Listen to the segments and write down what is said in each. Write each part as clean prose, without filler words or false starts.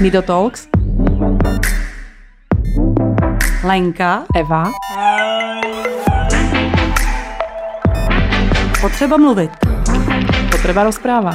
Nido Talks, Lenka, Eva, potřeba mluvit, potreba rozpráva.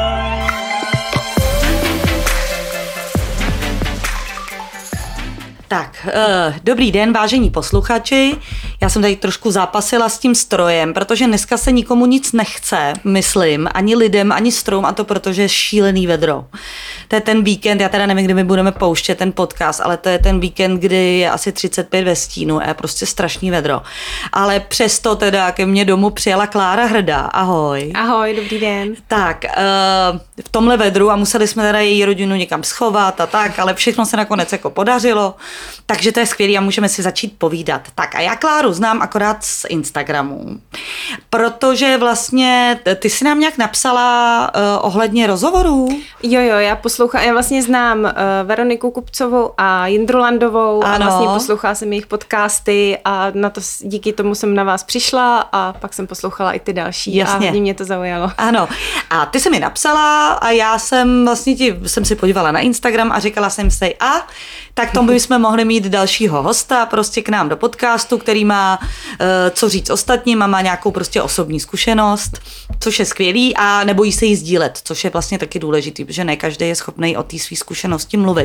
Tak, dobrý den, vážení posluchači. Já jsem tady trošku zápasila s tím strojem, protože dneska se nikomu nic nechce, myslím, ani lidem, ani strojům, a to protože je šílený vedro. To je ten víkend, já teda nevím, kdy my budeme pouštět ten podcast, ale to je ten víkend, kdy je asi 35 ve stínu a je prostě strašný vedro. Ale přesto teda ke mně domů přijela Klára Hrdá. Ahoj. Ahoj, dobrý den. Tak, v tomhle vedru a museli jsme teda její rodinu někam schovat a tak, ale všechno se nakonec jako podařilo. Takže to je skvělé a můžeme si začít povídat. Tak a já Kláru znám akorát z Instagramu, protože vlastně ty si nám nějak napsala ohledně rozhovorů. Jo, já vlastně znám Veroniku Kupcovou a Jindru Landovou a vlastně poslouchala jsem jejich podcasty a na to, díky tomu jsem na vás přišla a pak jsem poslouchala i ty další. Jasně. A mě to zaujalo. Ano. A ty jsi mi napsala a já jsem vlastně jsem si podívala na Instagram a říkala jsem si, tak tomu bychom mohli mít dalšího hosta prostě k nám do podcastu, který má co říct ostatním a má nějakou prostě osobní zkušenost, což je skvělý a nebojí se jí sdílet, což je vlastně taky důležitý, protože ne každý je schopný o té své zkušenosti mluvit.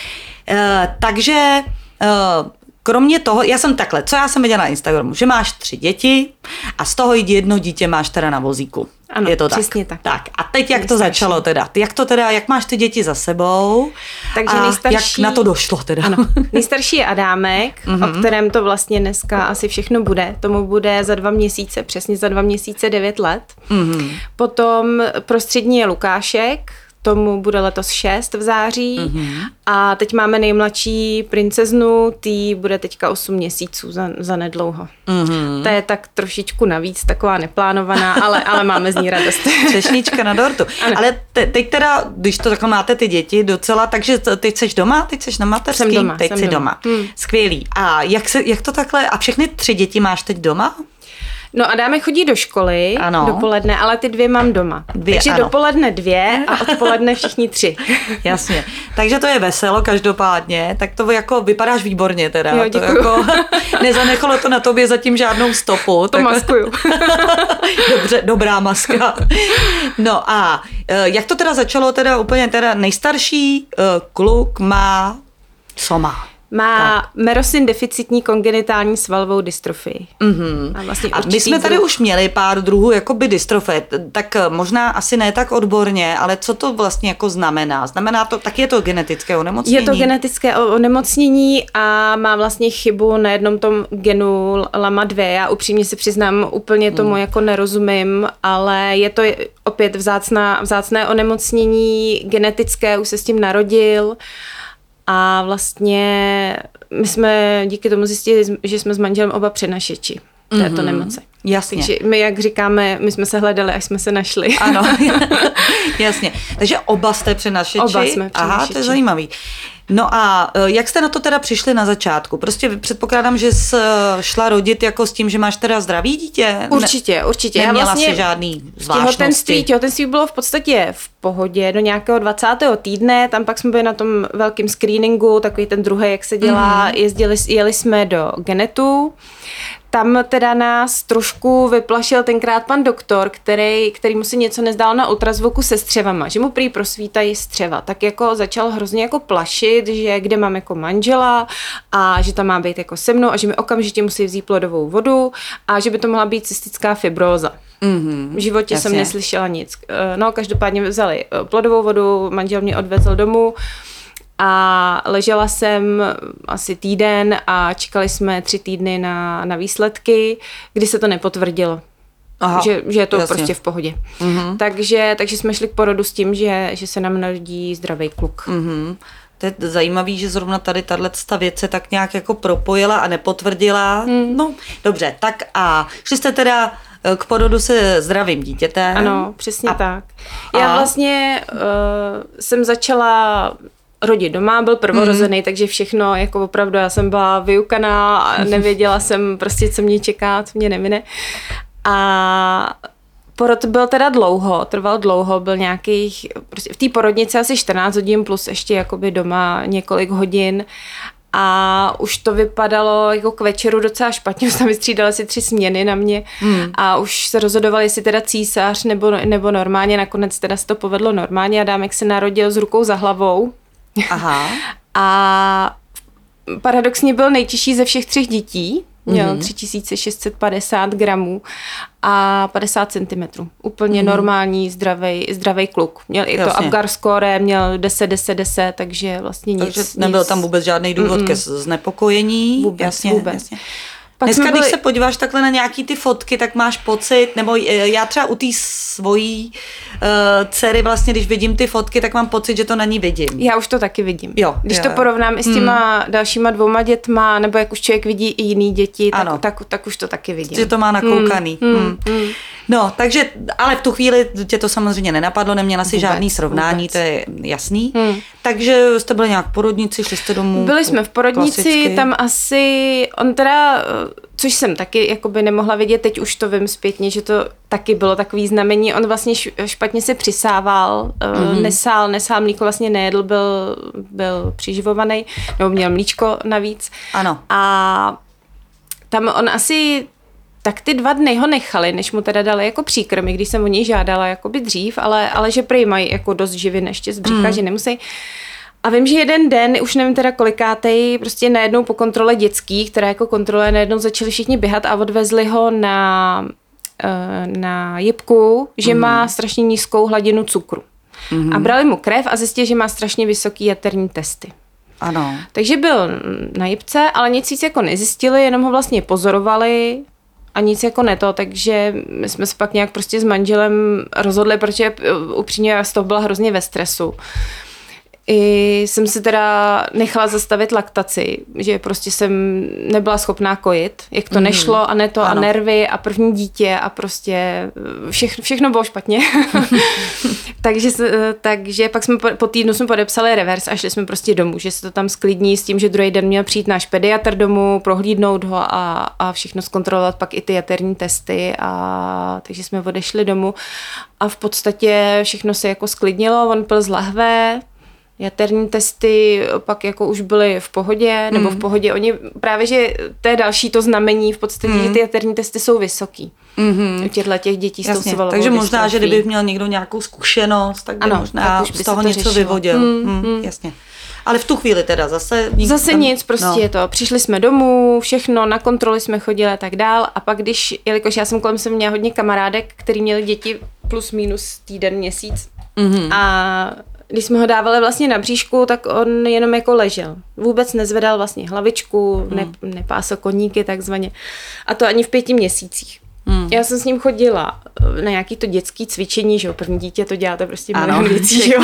Takže kromě toho, co já jsem viděla na Instagramu, že máš 3 děti a z toho jedno dítě máš teda na vozíku. Ano, je to přesně tak. Tak a teď jak to začalo teda? Jak máš ty děti za sebou? Takže a nejstarší, jak na to došlo teda? Ano, nejstarší je Adámek, o kterém to vlastně dneska asi všechno bude. Tomu bude přesně za 2 měsíce 9 let. Potom prostřední je Lukášek, tomu bude letos 6 v září a teď máme nejmladší princeznu, tý bude teďka 8 měsíců za nedlouho. To je tak trošičku navíc, taková neplánovaná, ale máme z ní radost. Třešnička na dortu. Ano. Ale teď teda, když to takhle máte ty děti docela, takže teď jsi doma? Teď jsi na mateřským? Teď jsi doma. Skvělý. A jak to takhle, a všechny 3 děti máš teď doma? No Adámek chodí do školy dopoledne, ale ty 2 mám doma. Takže dopoledne 2 a odpoledne všichni 3. Jasně. Takže to je veselo každopádně, tak to jako vypadáš výborně teda. Jo, to jako, nezanechalo to na tobě zatím žádnou stopu. To maskuju. Dobře, dobrá maska. No a jak to teda začalo, teda úplně teda nejstarší kluk má, co má? Má Merosin deficitní kongenitální svalovou dystrofii. A my jsme tady už měli pár druhů jakoby dystrofie, tak možná asi ne tak odborně, ale co to vlastně jako znamená? Znamená to, tak je to genetické onemocnění? Je to genetické onemocnění a má vlastně chybu na jednom tom genu LAMA2. Já upřímně si přiznám, úplně tomu jako nerozumím, ale je to opět vzácné onemocnění genetické, už se s tím narodil. A vlastně my jsme díky tomu zjistili, že jsme s manželem oba přenašeči této nemoci. Jasně. Takže my, jak říkáme, my jsme se hledali, až jsme se našli. Ano, jasně. Takže oba jste přenašeči? Oba jsme přenašeči. Aha, to je zajímavý. No a jak jste na to teda přišli na začátku? Prostě předpokládám, že jsi šla rodit jako s tím, že máš teda zdravý dítě? Určitě. Neměla jsi žádný zvláštnosti? Těhotenství bylo v podstatě v pohodě do nějakého 20. týdne, tam pak jsme byli na tom velkým screeningu, takový ten druhý, jak se dělá, jeli jsme do Genetu. Tam teda nás trošku vyplašil tenkrát pan doktor, který mu si něco nezdál na ultrazvuku se střevama, že mu prý prosvítají střeva. Tak jako začal hrozně jako plašit, že kde mám jako manžela a že tam má být jako se mnou a že mi okamžitě musí vzít plodovou vodu a že by to mohla být cystická fibróza. V životě jsem neslyšela nic. No, každopádně vzali plodovou vodu, manžel mě odvezl domů a ležela jsem asi týden a čekali jsme 3 týdny na výsledky, kdy se to nepotvrdilo. Aha, že je to prostě v pohodě. Takže jsme šli k porodu s tím, že se nám narodí zdravý kluk. To je zajímavý, že zrovna tady tato věc se tak nějak jako propojila a nepotvrdila. No, dobře, tak a šli jste teda k porodu se zdravým dítětem. Ano, přesně tak. Já vlastně jsem začala rodit doma, byl prvorozený, takže všechno, jako opravdu, já jsem byla vyukaná a nevěděla jsem prostě, co mě čeká, co mě nemine. A Porod byl teda trval dlouho, byl nějakých, prostě v té porodnici asi 14 hodin plus ještě jakoby doma několik hodin a už to vypadalo jako k večeru docela špatně, už tam vystřídali si 3 směny na mě a už se rozhodovali, jestli teda císař nebo normálně, nakonec teda se to povedlo normálně a Adámek se narodil s rukou za hlavou. Aha. A paradoxně byl nejtěžší ze všech 3 dětí, měl 3650 gramů a 50 cm. Úplně normální, zdravý kluk. Měl i to Apgar score, měl 10, takže vlastně nic. Takže nebyl tam vůbec žádný důvod ke znepokojení. Vůbec. Jasně. Dneska, když se podíváš takhle na nějaký ty fotky, tak máš pocit, nebo já třeba u té svojí dcery vlastně, když vidím ty fotky, tak mám pocit, že to na ní vidím. Já už to taky vidím. Když to porovnám i s těma dalšíma 2 dětma, nebo jak už člověk vidí i jiný děti, tak už to taky vidím. Že to má nakoukaný. No, takže, ale v tu chvíli tě to samozřejmě nenapadlo, neměla si žádný srovnání, to je jasný. Takže jste byli nějak v porodnici, šli jste domů? Byli jsme v porodnici, klasicky. Tam asi, on teda, což jsem taky jakoby nemohla vidět, teď už to vím zpětně, že to taky bylo takový znamení, on vlastně špatně se přisával, nesál mlíko, vlastně nejedl, byl přiživovaný, nebo měl mlíčko navíc. Ano. A tam on asi tak ty 2 dny ho nechali, než mu teda dali jako příkrmy, když jsem o něj žádala jakoby dřív, ale že prý mají jako dost živin ještě z břicha, že nemusí. A vím, že jeden den, už nevím teda kolikátej, prostě najednou po kontrole dětský, která jako kontrole, najednou začali všichni běhat a odvezli ho na jipku, že má strašně nízkou hladinu cukru. A brali mu krev a zjistili, že má strašně vysoký jaterní testy. Ano. Takže byl na jipce, ale nic víc jako nezjistili, jenom ho vlastně pozorovali a nic jako neto, takže my jsme se pak nějak prostě s manželem rozhodli, protože upřímně já z toho byla hrozně ve stresu. I jsem si teda nechala zastavit laktaci, že prostě jsem nebyla schopná kojit, jak to nešlo a ne to a nervy a první dítě a prostě všechno bylo špatně. takže pak jsme po týdnu jsme podepsali revers a šli jsme prostě domů, že se to tam sklidní s tím, že druhý den měl přijít náš pediatr domů, prohlídnout ho a všechno zkontrolovat, pak i ty jaterní testy a takže jsme odešli domů a v podstatě všechno se jako sklidnilo, on pil z lahve, jaterní testy pak jako už byly v pohodě, nebo v pohodě. Oni právě, že to je další to znamení v podstatě, že ty jaterní testy jsou vysoký. U těch dětí s tou svalovou takže možná, že kdyby měl někdo nějakou zkušenost, tak by možná z toho něco vyvodil. Jasně. Ale v tu chvíli teda zase nic, prostě to. Přišli jsme domů, všechno, na kontroly jsme chodili a tak dál a pak jelikož já jsem kolem sebe měla hodně kamarádek, který měli děti plus minus týden, měsíc a když jsme ho dávali vlastně na bříšku, tak on jenom jako ležel. Vůbec nezvedal vlastně hlavičku, nepásl koníky takzvaně. A to ani v 5 měsících. Já jsem s ním chodila na nějaký to dětský cvičení, že jo, první dítě to děláte prostě milion věcí, že jo.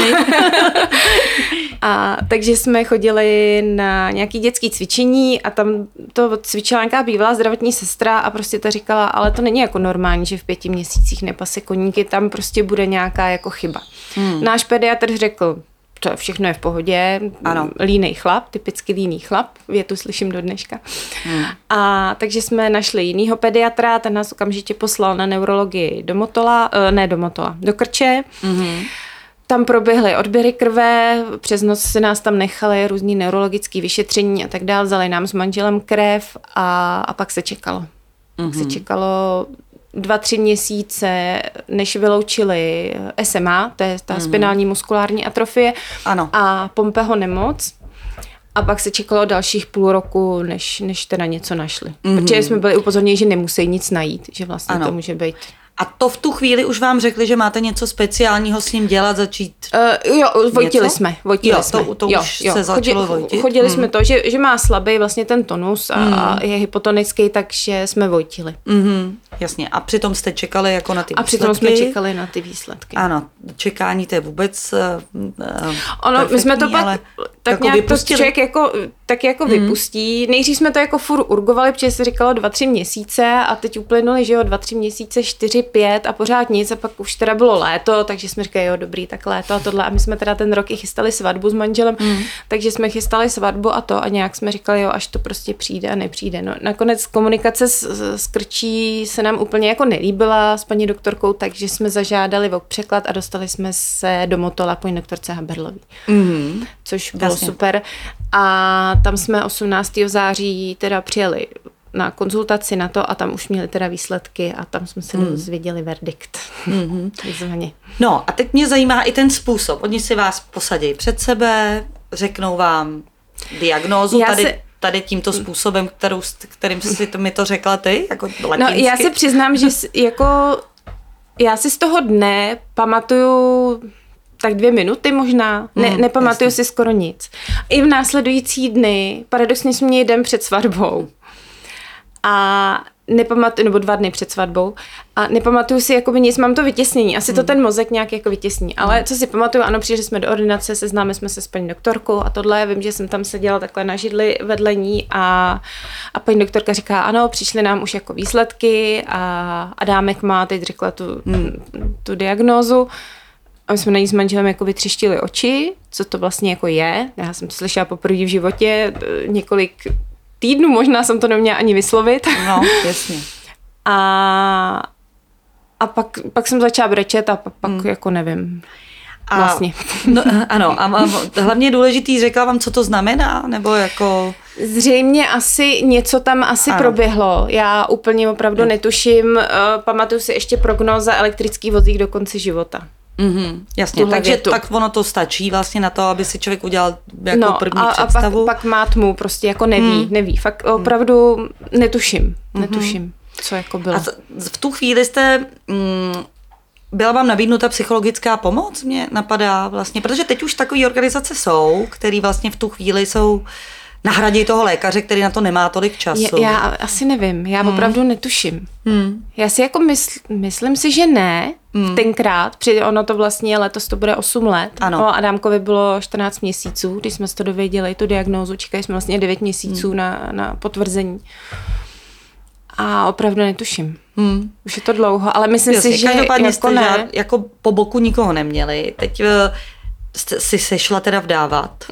A takže jsme chodili na nějaký dětský cvičení a tam to cvičila nějaká bývalá zdravotní sestra a prostě ta říkala, ale to není jako normální, že v 5 měsících nepase koníky, tam prostě bude nějaká jako chyba. Náš pediatr řekl, to všechno je v pohodě, línej chlap, typicky líný chlap, větu slyším do dneška. A takže jsme našli jinýho pediatra, ten nás okamžitě poslal na neurologii do Krče. Tam proběhly odběry krve, přes noc se nás tam nechali různý neurologické vyšetření a tak dále, vzali nám s manželem krev a pak se čekalo. Pak se čekalo 2-3 měsíce, než vyloučili SMA, to je ta spinální muskulární atrofie a Pompeho nemoc. A pak se čekalo dalších půl roku, než teda něco našli. Protože jsme byli upozorněni, že nemusí nic najít, že vlastně to může být. A to v tu chvíli už vám řekli, že máte něco speciálního s ním dělat, začít? Vojtili jsme. To už se začalo vojtit? Chodili jsme to, že má slabý vlastně ten tonus a je hypotonický, takže jsme vojtili. Jasně. A přitom jste čekali jako na ty výsledky? A přitom jsme čekali na ty výsledky. Ano, čekání to je vůbec my jsme to pak tak jako nějak vypustili? To člověk jako vypustí. Nejdřív jsme to jako furt urgovali, protože se říkalo 2-3 měsíce a teď uplynuli, že jo, 2-3 měsíce, 4-5 a pořád nic a pak už teda bylo léto, takže jsme říkali, jo, dobrý, tak léto a tohle a my jsme teda ten rok i chystali svatbu s manželem, takže jsme chystali svatbu a to a nějak jsme říkali, jo, až to prostě přijde a nepřijde. No, nakonec komunikace s Krčí se nám úplně jako nelíbila s paní doktorkou, takže jsme zažádali o překlad a dostali jsme se do Motola paní doktorce Haberlový. Což bylo super. A tam jsme 18. září teda přijeli na konzultaci na to a tam už měli teda výsledky a tam jsme se dozvěděli verdikt. Takzvaně. No a teď mě zajímá i ten způsob. Oni si vás posadí před sebe, řeknou vám diagnózu tady tímto způsobem, kterým jsi mi to řekla ty, jako latinsky. No já se přiznám, že jako já si z toho dne pamatuju tak 2 minuty možná, nepamatuju si skoro nic. I v následující dny, paradoxně jsme měli den před svatbou a nepamatuju, nebo 2 dny před svatbou a nepamatuju si jakoby nic, mám to vytěsnění, asi to ten mozek nějak jako vytěsní, ale co si pamatuju, ano, přišli jsme do ordinace, seznámili jsme se s paní doktorkou a tohle, vím, že jsem tam seděla takhle na židli vedle ní a paní doktorka říká, ano, přišly nám už jako výsledky a Adámek má, teď řekla tu diagnózu. A my jsme na ní s manželem jako vytřištili oči, co to vlastně jako je. Já jsem to slyšela poprvé v životě, několik týdnů možná jsem to neměla ani vyslovit. No, jasně. A pak jsem začala brečet a pak jako nevím. Vlastně. No, ano, a hlavně důležitý, řekla vám, co to znamená? Nebo jako... Zřejmě asi něco tam proběhlo. Já úplně opravdu netuším. Pamatuju si ještě prognóza elektrický vozík do konce života. Jasně, takže tak ono to stačí vlastně na to, aby si člověk udělal jako první představu. A pak má tmu, prostě jako neví. Fakt opravdu netuším, co jako bylo. A v tu chvíli byla vám nabídnuta psychologická pomoc? Mě napadá vlastně, protože teď už takové organizace jsou, které vlastně v tu chvíli jsou nahradí toho lékaře, který na to nemá tolik času. Já asi nevím, já opravdu netuším. Já si jako myslím si, že ne, tenkrát, ono to vlastně letos to bude 8 let. Ano. Adámkovi bylo 14 měsíců, když jsme si to dověděli, tu diagnózu, čekali jsme vlastně 9 měsíců na potvrzení. A opravdu netuším. Už je to dlouho, ale myslím si, že každopádně jako jste ne. Jako po boku nikoho neměli. Teď si sešla teda vdávat.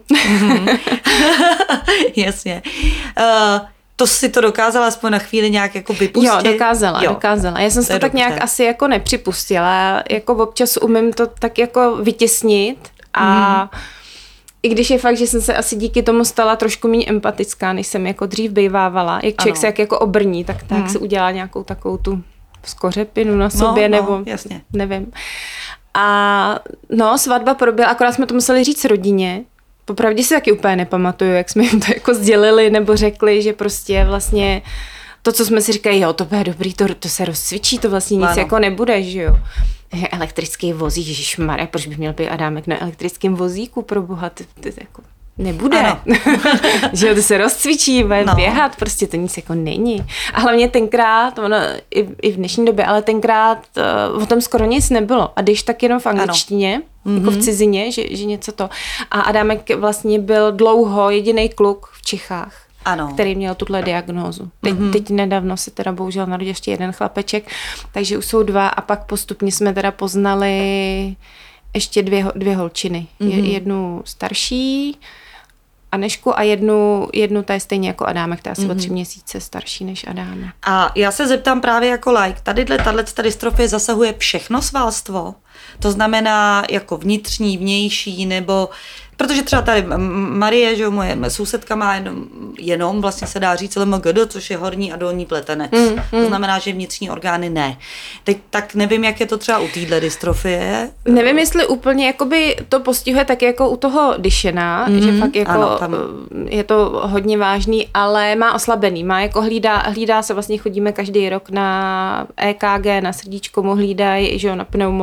Jasně. To si to dokázala aspoň na chvíli nějak jako vypustit? Jo, dokázala. Já jsem si to tak nějak asi jako nepřipustila. Jako občas umím to tak jako vytěsnit a i když je fakt, že jsem se asi díky tomu stala trošku méně empatická, než jsem jako dřív bývávala. Jak člověk se jak jako obrní, tak se udělá nějakou takovou tu skořepinu na sobě, nebo jasně. Nevím. A svatba proběhla, akorát jsme to museli říct rodině. Popravdě si taky úplně nepamatuju, jak jsme jim to jako sdělili nebo řekli, že prostě vlastně to, co jsme si říkali, jo, to bude dobrý, to se rozcvičí, to vlastně nic jako nebude, že jo. Elektrický vozík, ježišmarja, proč by měl být Adámek na elektrickém vozíku, pro boha, to jako nebude. Že jo, to se rozcvičí, bude běhat, prostě to nic jako není. A hlavně tenkrát, i v dnešní době, ale tenkrát o tom skoro nic nebylo. A když tak jenom v angličtině, jako v cizině, že něco to. A Adámek vlastně byl dlouho jediný kluk v Čechách, který měl tuhle diagnózu. Teď nedávno se teda bohužel narodil ještě jeden chlapeček, takže už jsou 2 a pak postupně jsme teda poznali ještě 2 holčiny. Jednu starší, Anešku, a jednu ta je stejně jako Adámek, ta je asi o 3 měsíce starší než Adámek. A já se zeptám právě jako laik, tato dystrofie zasahuje všechno svalstvo? To znamená jako vnitřní, vnější, nebo... Protože třeba tady Marie, že moje sousedka má jenom vlastně se dá říct LMGD, což je horní a dolní pletenec. To znamená, že vnitřní orgány ne. Teď tak nevím, jak je to třeba u téhle dystrofie. Nevím, jestli úplně jakoby to postihuje tak jako u toho Duchennea, že fakt jako je to hodně vážný, ale má oslabený, má jako hlídá se, vlastně chodíme každý rok na EKG, na srdíčko mu hlídají, že jo, na pneumolog a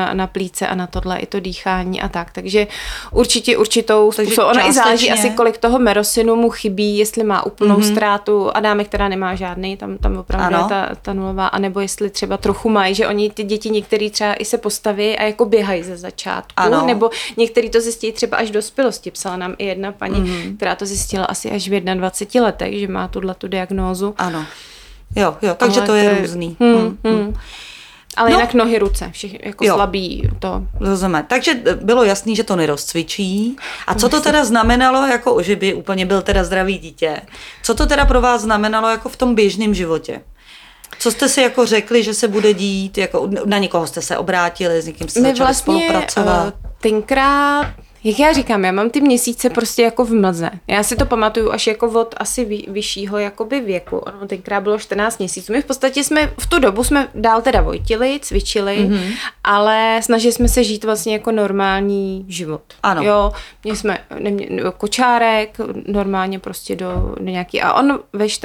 na plíce a na tohle, i to dýchání a tak. Takže určitou způsob. Ono i záleží asi, kolik toho merosinu mu chybí, jestli má úplnou ztrátu. Adámek, která nemá žádný, tam opravdu je ta nulová, anebo jestli třeba trochu mají, že oni ty děti některý třeba i se postaví a jako běhají ze začátku, nebo některý to zjistí třeba až v dospělosti. Psala nám i jedna paní, která to zjistila asi až v 21 letech, že má tu diagnózu. Ano. Jo, takže to je různý. Ale jinak nohy, ruce, všechny jako slabý to. Rozumím. Takže bylo jasný, že to nerozcvičí. A co to teda znamenalo, jako, že by úplně byl teda zdravý dítě? Co to teda pro vás znamenalo jako v tom běžném životě? Co jste si jako řekli, že se bude dít? Jako, na někoho jste se obrátili, s někým jste začali spolupracovat? Tenkrát, jak já říkám, já mám ty měsíce prostě jako v mlze. Já si to pamatuju až jako od asi vyššího jakoby věku. Ono tenkrát bylo 14 měsíců. My v podstatě v tu dobu jsme dál teda vojtili, cvičili, ale snažili jsme se žít vlastně jako normální život. Ano. Jo, měli jsme kočárek, normálně prostě do nějaký. A on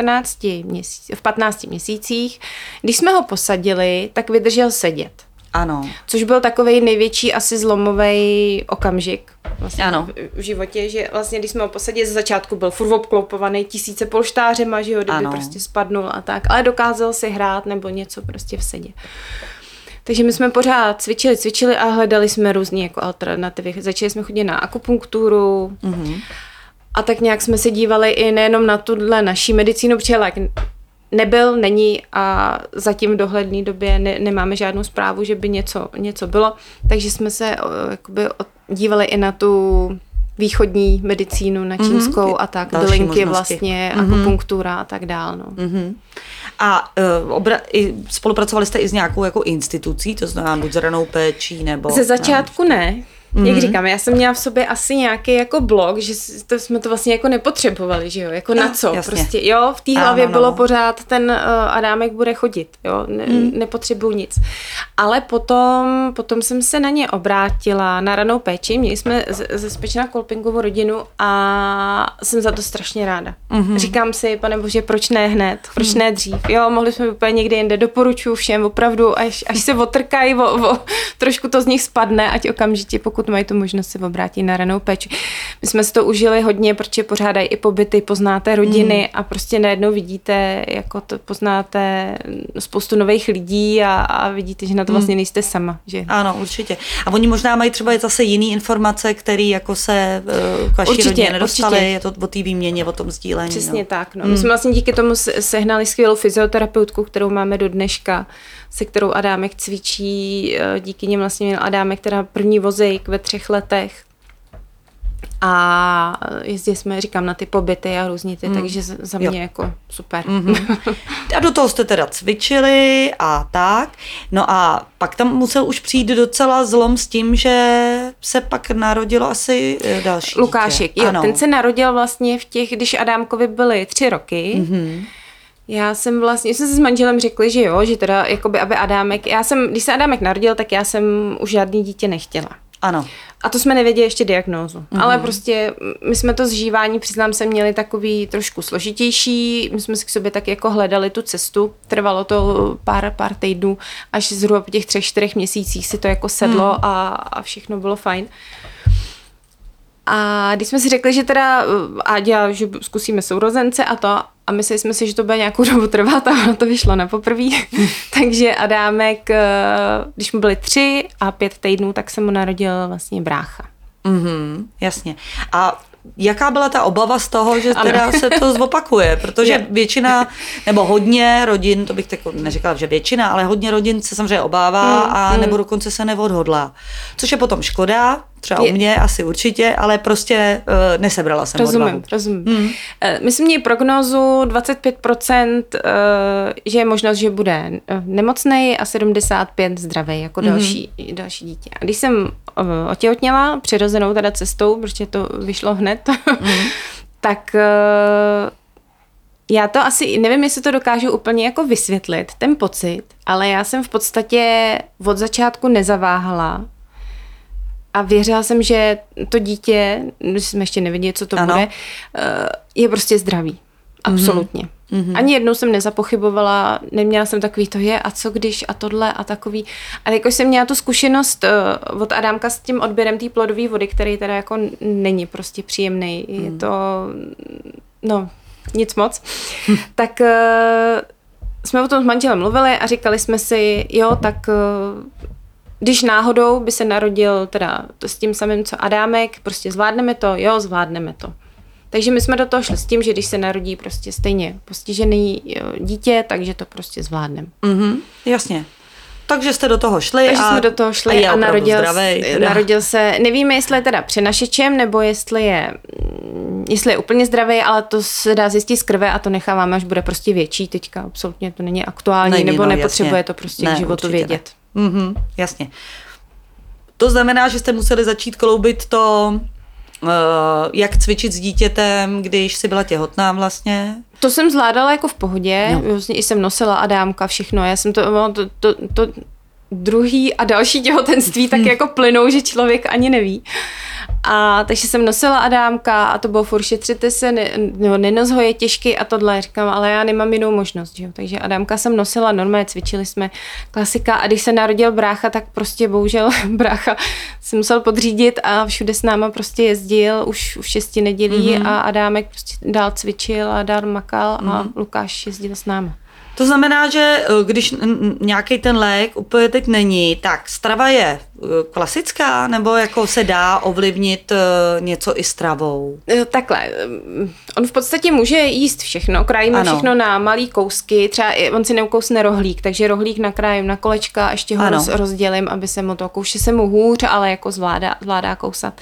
v 15 měsících, když jsme ho posadili, tak vydržel sedět. Ano. Což byl takovej největší asi zlomový okamžik vlastně v životě, že vlastně když jsme ho posadili, ze začátku byl furt obklopovaný tisíce polštářema, že ho kdyby prostě spadnul a tak, ale dokázal si hrát nebo něco prostě v sedě. Takže my jsme pořád cvičili a hledali jsme různé jako alternativy. Začali jsme chodit na akupunkturu a tak nějak jsme se dívali i nejenom na tuhle naší medicínu, protože není a zatím v dohledné době nemáme žádnou zprávu, že by něco bylo. Takže jsme se jakoby dívali i na tu východní medicínu, na čínskou a tak, bylinky vlastně, akupunktura a tak dál. No. A spolupracovali jste i s nějakou jako institucí, to znamená buď s ranou péčí, nebo... Ze začátku ne. Jak říkám, já jsem měla v sobě asi nějaký jako blok, že jsme to vlastně jako nepotřebovali, že jo, jako na co, jasně. Prostě, jo, v té hlavě bylo pořád ten Adámek bude chodit, jo, nepotřebuju nic. Ale potom jsem se na ně obrátila na ranou péči, měli jsme ze Spečna Kolpingovou rodinu a jsem za to strašně ráda. Říkám si, pane bože, proč ne hned, proč ne dřív, jo, mohli jsme úplně někde jinde, doporučuji všem opravdu, až se otrkají, trošku to z nich spadne, ať okamžitě, pokud mají tu možnost se obrátit na ranou péči. My jsme si to užili hodně, protože pořádají i pobyty, poznáte rodiny a prostě najednou vidíte, jako to poznáte spoustu nových lidí a vidíte, že na to vlastně nejste sama. Že? Ano, určitě. A oni možná mají třeba zase jiný informace, které jako se k vaší rodině nedostali, je to o té výměně, o tom sdílení. Přesně tak. No. My jsme vlastně díky tomu sehnali skvělou fyzioterapeutku, kterou máme do dneška, se kterou Adámek cvičí. Díky něm vlastně měl Adámek teda první vozejk ve 3 letech. A jezdili jsme, říkám, na ty pobyty a různě ty, takže za mě jako super. A do toho jste teda cvičili a tak. No a pak tam musel už přijít docela zlom s tím, že se pak narodilo asi další Lukášek, dítě. Jo, ten se narodil vlastně když Adámkovi byly 3 roky. Já jsem se s manželem řekli, že jo, že teda jakoby, aby Adámek, když se Adámek narodil, tak já jsem už žádný dítě nechtěla. Ano. A to jsme nevěděli ještě diagnózu. Ale prostě my jsme to zžívání, přiznám se, měli takový trošku složitější. My jsme si k sobě tak jako hledali tu cestu. Trvalo to pár týdnů, až zhruba po těch 3-4 měsících si to jako sedlo a všechno bylo fajn. A když jsme si řekli, že teda Áďa, že zkusíme sourozence a mysleli jsme si, že to bude nějakou dobu trvat a ono to vyšlo na poprví. Takže Adámek, když mu byly 3 a 5 týdnů, tak se mu narodil vlastně brácha. Jasně. A jaká byla ta obava z toho, že teda se to zopakuje? Protože většina, nebo hodně rodin, to bych tak neříkala, že většina, ale hodně rodin se samozřejmě obává a nebo dokonce se neodhodlá. Což je potom škoda, třeba u mě asi určitě, ale prostě nesebrala jsem odvahu. Rozumím. My jsme měli prognózu 25%, že je možnost, že bude nemocnej a 75% zdravý jako další dítě. A když jsem otěhotněla přirozenou teda cestou, protože to vyšlo hned, tak já to asi, nevím, jestli to dokážu úplně jako vysvětlit, ten pocit, ale já jsem v podstatě od začátku nezaváhala a věřila jsem, že to dítě, když jsme ještě nevěděli, co to bude, je prostě zdravý. Absolutně. Ani jednou jsem nezapochybovala, neměla jsem takový to a co když a tohle a takový. Ale jako jsem měla tu zkušenost od Adámka s tím odběrem té plodové vody, který teda jako není prostě příjemný. Je to, nic moc. Tak jsme o tom s manželem mluvili a říkali jsme si, tak když náhodou by se narodil teda s tím samým, co Adámek, prostě zvládneme to, zvládneme to. Takže my jsme do toho šli s tím, že když se narodí prostě stejně postižený dítě, takže to prostě zvládneme. Jasně. Takže jste do toho šli jsme do toho šli a narodil se, nevíme, jestli je teda přenašečem, nebo jestli je úplně zdravý, ale to se dá zjistit z krve a to necháváme, až bude prostě větší. Teďka absolutně to není aktuální, nebo nepotřebuje to prostě k životu vědět. Jasně. To znamená, že jste museli začít kloubit to, jak cvičit s dítětem, když jsi byla těhotná vlastně? To jsem zvládala jako v pohodě, vlastně i jsem nosila Adámka, všechno. Já jsem to druhý a další těhotenství tak jako plynou, že člověk ani neví. A takže jsem nosila Adámka a to bylo furt šetřete se, nenos ho je těžký a tohle. Říkám, ale já nemám jinou možnost. Že jo? Takže Adámka jsem nosila, normálně cvičili jsme, klasika. A když se narodil brácha, tak prostě bohužel brácha se musel podřídit a všude s náma prostě jezdil už 6 nedělí a Adámek prostě dál cvičil a dál makal a Lukáš jezdil s náma. To znamená, že když nějaký ten lék úplně teď není, tak strava je klasická, nebo jako se dá ovlivnit něco i stravou? Takhle, on v podstatě může jíst všechno, krájíme všechno na malý kousky, třeba on si neukousne rohlík, takže rohlík nakrájím na kolečka, ještě ho rozdělím, aby se mu to kouše se mu hůř, ale jako zvládá kousat.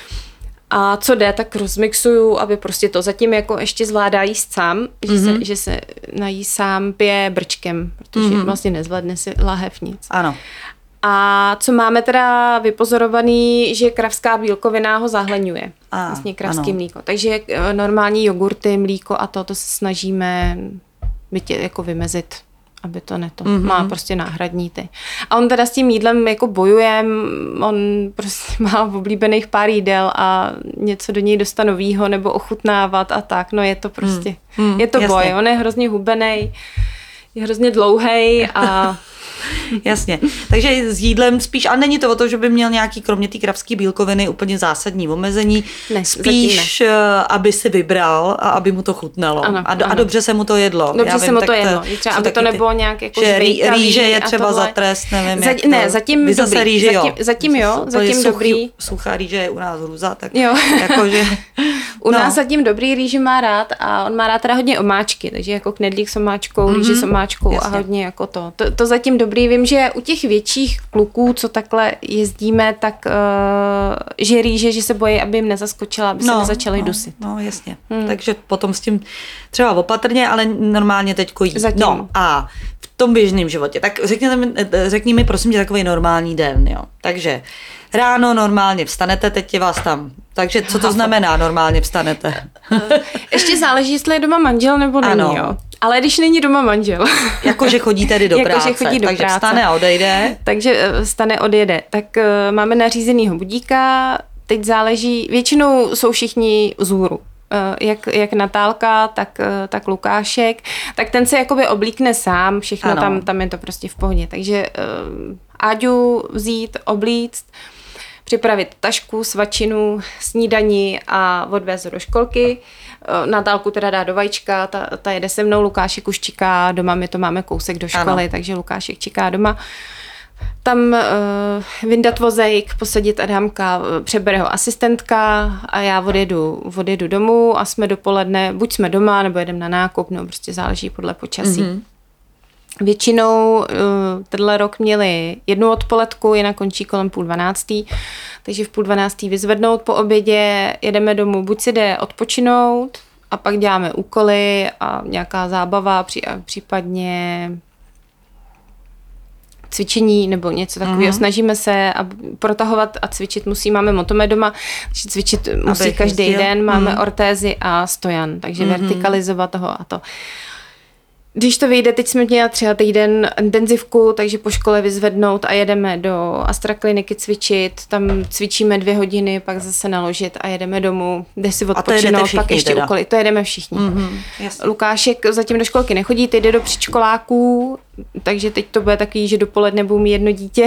A co jde, tak rozmixuju, aby prostě to zatím jako ještě zvládá jíst sám, že se nají sám, pije brčkem, protože vlastně nezvládne si lahev nic. Ano. A co máme teda vypozorovaný, že kravská bílkovina ho zahleňuje. Vlastně kravský mlíko. Takže normální jogurty, mlíko a to se snažíme jako vymezit, aby to má prostě náhradní ty. A on teda s tím jídlem jako bojuje, on prostě má oblíbených pár jídel a něco do něj dostat novýho nebo ochutnávat a tak, je to prostě, je to boj, on je hrozně hubenej, je hrozně dlouhej a... Jasně, takže s jídlem spíš, a není to o to, že by měl nějaký, kromě té kravské bílkoviny, úplně zásadní omezení, spíš, aby si vybral a aby mu to chutnalo. Ano, a dobře se mu to jedlo. Dobře se mu to jedlo, třeba aby to nebylo nějak jako žvejkavý. Rýže je třeba za trest, nevím jak ne, zatím dobrý. Zase rýži, zatím dobrý. Suchá rýže je u nás hruza, tak jakože... U nás zatím dobrý rýži má rád a on má rád teda hodně omáčky, takže jako knedlík s omáčkou, rýži s omáčkou a hodně jako to zatím dobrý. Vím, že u těch větších kluků, co takhle jezdíme, tak že rýže, že se bojí, aby jim nezaskočila, aby se nezačaly dusit. No, jasně. Takže potom s tím třeba opatrně, ale normálně teďko jí. Zatím. No a v tom běžném životě. Tak řekni mi prosím tě takový normální den, jo. Takže ráno normálně vstanete, teď je vás tam. Takže co to znamená normálně vstanete? Ještě záleží, jestli je doma manžel nebo není, jo. Ale když není doma manžel. Jakože chodí tedy do práce. Takže vstane a odejde. Takže vstane, odjede. Tak máme nařízenýho budíka, teď záleží, většinou jsou všichni vzhůru. Jak Natálka, tak Lukášek, tak ten se jakoby oblíkne sám, všechno tam je to prostě v pohodě. Takže Áďu vzít, oblíct, připravit tašku, svačinu, snídani a odvést do školky. Natálku teda dá do vajíčka, ta jede se mnou, Lukášek už čeká doma, my to máme kousek do školy, takže Lukášek čeká doma. Tam vyndat vozejk, posadit Adámka, přebere ho asistentka a já odjedu domů a jsme dopoledne, buď jsme doma, nebo jedeme na nákup, no prostě záleží podle počasí. Většinou tenhle rok měli 1 odpoledku, jinak končí kolem 11:30, takže v 11:30 vyzvednout po obědě, jedeme domů, buď si jde odpočinout a pak děláme úkoly a nějaká zábava, případně cvičení nebo něco takového. Snažíme se protahovat a cvičit máme motomet doma, takže cvičit musí každý den, máme ortézy a stojan, takže vertikalizovat toho a to. Když to vyjde, teď jsme měli třeba týden intenzivku, takže po škole vyzvednout a jedeme do Astra kliniky cvičit, tam cvičíme 2 hodiny, pak zase naložit a jedeme domů, jde si odpočinout, pak ještě úkoly, to jedeme všichni. Lukášek zatím do školky nechodí, teď jde do předškoláků, takže teď to bude takový, že dopoledne budu mít 1 dítě.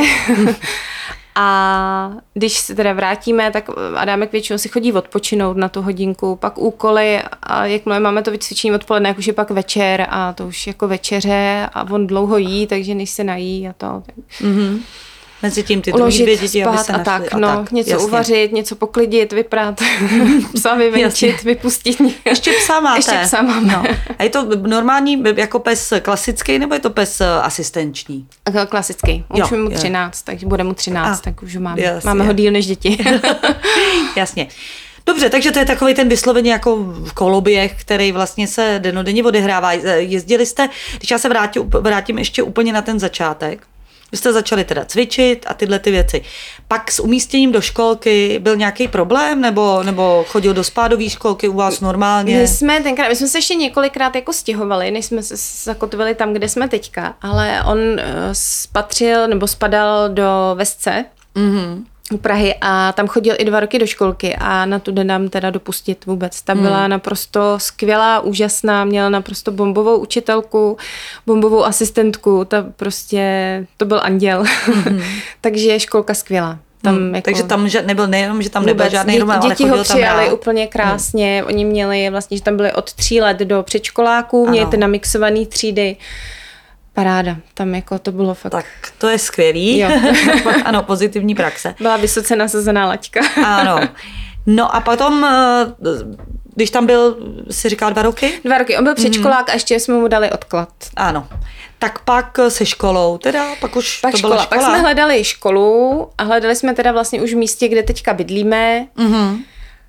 A když se teda vrátíme, tak Adámek většinou si chodí odpočinout na tu hodinku, pak úkoly a jakmile máme to vycvičení odpoledne, jak už je pak večer a to už jako večeře a on dlouho jí, takže než se nají a to. Mm-hmm. Mezi tím ty druhý 2 děti, aby se a tak, něco jasně. Uvařit, něco poklidit, vyprát, psa vyvenčit, vypustit. Ještě psa máte. Ještě psa máme. No. A je to normální jako pes klasický, nebo je to pes asistenční? Klasický. Už je mu 13, takže bude mu 13, tak už ho máme. Máme ho díl než děti. Jasně. Dobře, takže to je takový ten vysloveně jako koloběh, který vlastně se dennodenně odehrává. Jezdili jste, když já se vrátím ještě úplně na ten začátek, vy jste začali teda cvičit a tyhle ty věci. Pak s umístěním do školky byl nějaký problém, nebo chodil do spádové školky u vás normálně? My jsme se ještě několikrát jako stěhovali, než jsme se zakotvili tam, kde jsme teďka, ale on spadal do Vesce. Mm-hmm. U Prahy a tam chodil i 2 roky do školky a na tu nám teda dopustit vůbec. Ta byla naprosto skvělá, úžasná, měla naprosto bombovou učitelku, bombovou asistentku, to byl anděl. Takže školka skvělá. Tam jako... Takže tam nebyl nejenom, že tam nebyl žádný problém, ale chodil tam rád. Děti ho přijali úplně krásně, oni měli vlastně, že tam byli od 3 let do předškoláků, měli ty namixované třídy. Paráda, tam jako to bylo fakt. Tak to je skvělý. Jo. Ano, pozitivní praxe. Byla vysoce nasazená laťka. Ano. No a potom, když tam byl, si říkal 2 roky? 2 roky, on byl předškolák a ještě jsme mu dali odklad. Ano. Tak pak se školou, teda pak už to byla škola. Pak jsme hledali školu a hledali jsme teda vlastně už v místě, kde teďka bydlíme. Mhm.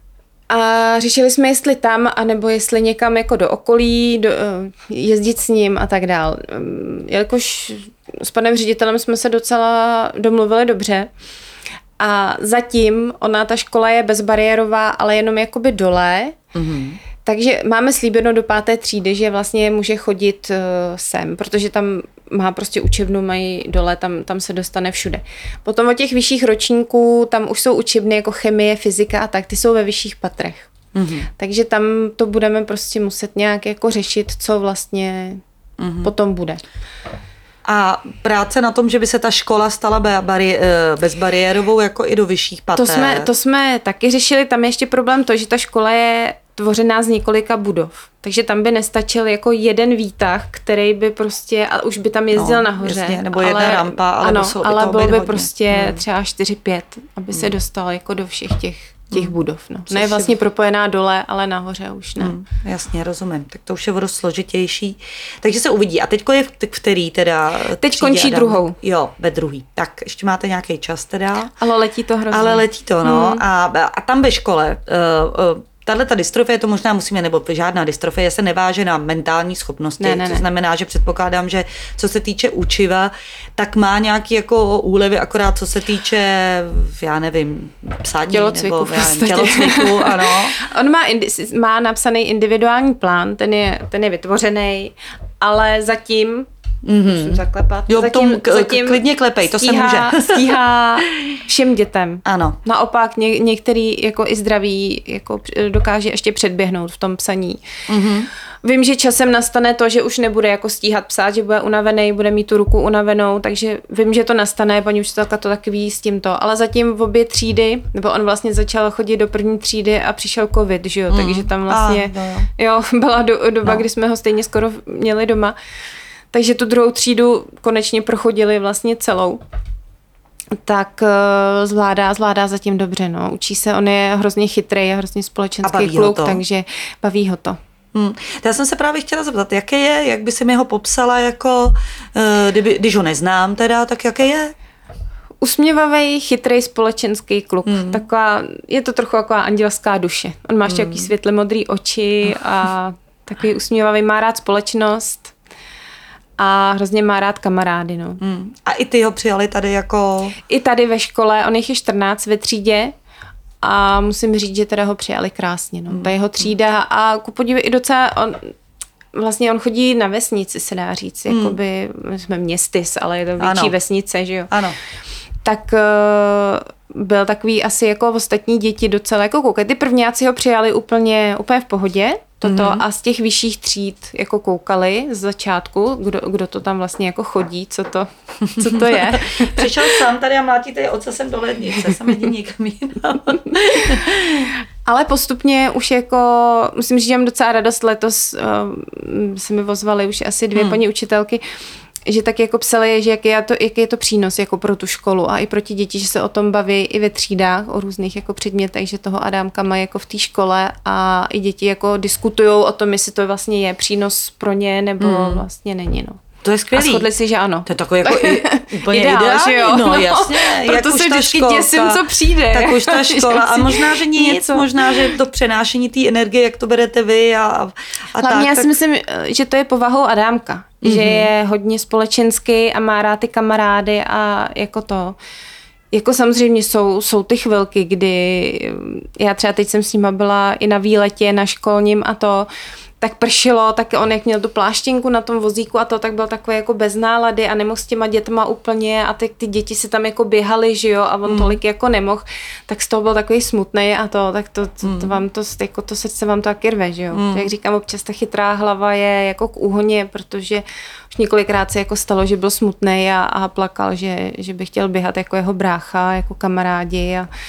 A řešili jsme, jestli tam, anebo jestli někam jako do okolí, jezdit s ním a tak dál. Jelikož s panem ředitelem jsme se docela domluvili dobře a zatím ta škola je bezbariérová, ale jenom jakoby dole, takže máme slíbeno do 5. třídy, že vlastně může chodit sem, protože tam má prostě učebnu, mají dole, tam se dostane všude. Potom od těch vyšších ročníků, tam už jsou učebny jako chemie, fyzika a tak, ty jsou ve vyšších patrech. Takže tam to budeme prostě muset nějak jako řešit, co vlastně potom bude. A práce na tom, že by se ta škola stala bezbariérovou jako i do vyšších pater. To jsme taky řešili, tam je ještě problém to, že ta škola je tvořená z několika budov. Takže tam by nestačil jako jeden výtah, který by prostě, a už by tam jezdil nahoře. Jasně, nebo jedna rampa, ale bylo by prostě třeba 4-5, aby se dostal jako do všech těch budov. No. Ne je vlastně propojená dole, ale nahoře už ne. Jasně, rozumím. Tak to už je dost složitější. Takže se uvidí. A teďko je v který teda? Teď končí druhou. Jo, ve druhý. Tak ještě máte nějaký čas teda. Ale letí to hrozně. Ale letí to, no. A tam ve škole... Tato dystrofie, to možná musíme, nebo žádná dystrofie se neváže na mentální schopnosti. Ne. To znamená, že předpokládám, že co se týče učiva, tak má nějaký jako úlevy, akorát co se týče, já nevím, psání tělocviku, nebo tělocviku, ano. On má napsaný individuální plán, ten je vytvořený, ale zatím musím zaklepat. Jo, zatím klidně klepej, to se může. Stíhá všem dětem. Ano. Naopak některý jako i zdraví jako dokáže ještě předběhnout v tom psaní. Vím, že časem nastane to, že už nebude jako stíhat psát, že bude unavený, bude mít tu ruku unavenou, takže vím, že to nastane, paní učitelka to taky ví s tímto. Ale zatím v obě třídy, nebo on vlastně začal chodit do 1. třídy a přišel covid, že jo, takže tam vlastně, byla doba, kdy jsme ho stejně skoro měli doma. Takže tu 2. třídu konečně prochodili vlastně celou. Tak zvládá zatím dobře, no. Učí se, on je hrozně chytrý, je hrozně společenský kluk, takže baví ho to. Já jsem se právě chtěla zeptat, jaké je, jak by si mi ho popsala, jako, když ho neznám teda, tak jaké je? Usměvavý, chytrý, společenský kluk. Je to trochu taková andělská duše. On má ještě takový světle modrý oči a takový usměvavý, má rád společnost. A hrozně má rád kamarády, no. A i ty ho přijali tady jako... I tady ve škole, on jich je 14 ve třídě a musím říct, že teda ho přijali krásně, no. Ta jeho třída a ku podivu i docela, vlastně on chodí na vesnici, se dá říct, jakoby, my jsme městys, ale je to větší vesnice, že jo. Ano. Tak byl takový asi jako ostatní děti docela jako koukali. Ty prvňáci ho přijali úplně v pohodě, a z těch vyšších tříd jako koukali z začátku, kdo to tam vlastně jako chodí, co to je. Přišel sám tady a mlátíte ocasem do lednice, jsem jediný někam jinam. Ale postupně už jako, musím říct, že mám docela radost, letos se mi ozvaly už asi 2 paní učitelky, že tak jako psali, že jaký je to přínos jako pro tu školu a i pro ty děti, že se o tom baví i ve třídách, o různých jako předmětech, že toho Adámka mají jako v té škole a i děti jako diskutujou o tom, jestli to vlastně je přínos pro ně nebo vlastně není, no. To je skvělý. A shodli si, že ano. To je takový jako úplně ideální, že jo? No jasně. Proto se vždycky děsím, co přijde. Tak už ta škola. A možná, že nic, možná, že to přenášení té energie, jak to berete vy a hlavně tak. Já si myslím, že to je povahou Adámka. Že je hodně společenský a má rád ty kamarády a jako to. Jako samozřejmě jsou ty chvilky, kdy já třeba teď jsem s nima byla i na výletě, na školním a to, tak pršilo, tak on jak měl tu pláštěnku na tom vozíku a to, tak byl takový jako bez nálady a nemohl s těma dětma úplně a ty děti si tam jako běhaly, že jo, a on tolik jako nemohl, tak z toho byl takový smutnej a to, tak to vám to, jako to srdce vám to taky rve, že jo. Jak říkám, občas ta chytrá hlava je jako k úhoně, protože už několikrát se jako stalo, že byl smutnej a plakal, že by chtěl běhat jako jeho brácha, jako kamarádi a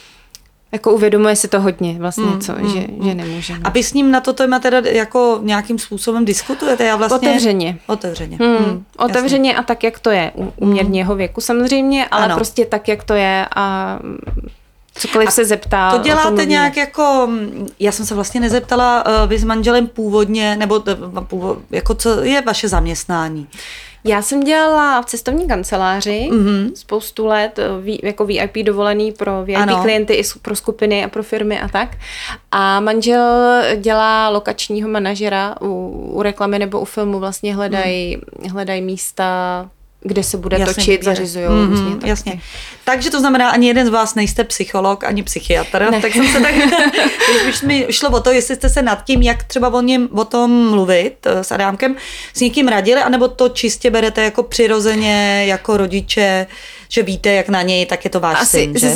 jako uvědomuje si to hodně vlastně, že nemůže. A vy s ním na to téma teda jako nějakým způsobem diskutujete? Já vlastně... Otevřeně. Otevřeně a tak, jak to je. Uměrně jeho věku samozřejmě, ale prostě tak, jak to je a cokoliv se zeptá. To děláte nějak jako, já jsem se vlastně nezeptala, vy s manželem původně, nebo jako co je vaše zaměstnání? Já jsem dělala v cestovní kanceláři spoustu let, jako VIP dovolený pro VIP klienty i pro skupiny a pro firmy a tak. A manžel dělá lokačního manažera u reklamy nebo u filmu, vlastně hledají místa, kde se bude točit, zařizujou. Jasně. Takže to znamená, ani jeden z vás nejste psycholog, ani psychiatr. Tak jsem se tak, když mi šlo o to, jestli jste se nad tím, jak třeba o tom mluvit s Adámkem, s někým radili, anebo to čistě berete jako přirozeně, jako rodiče, že víte, jak na něj, tak je to váš syn, že? Ze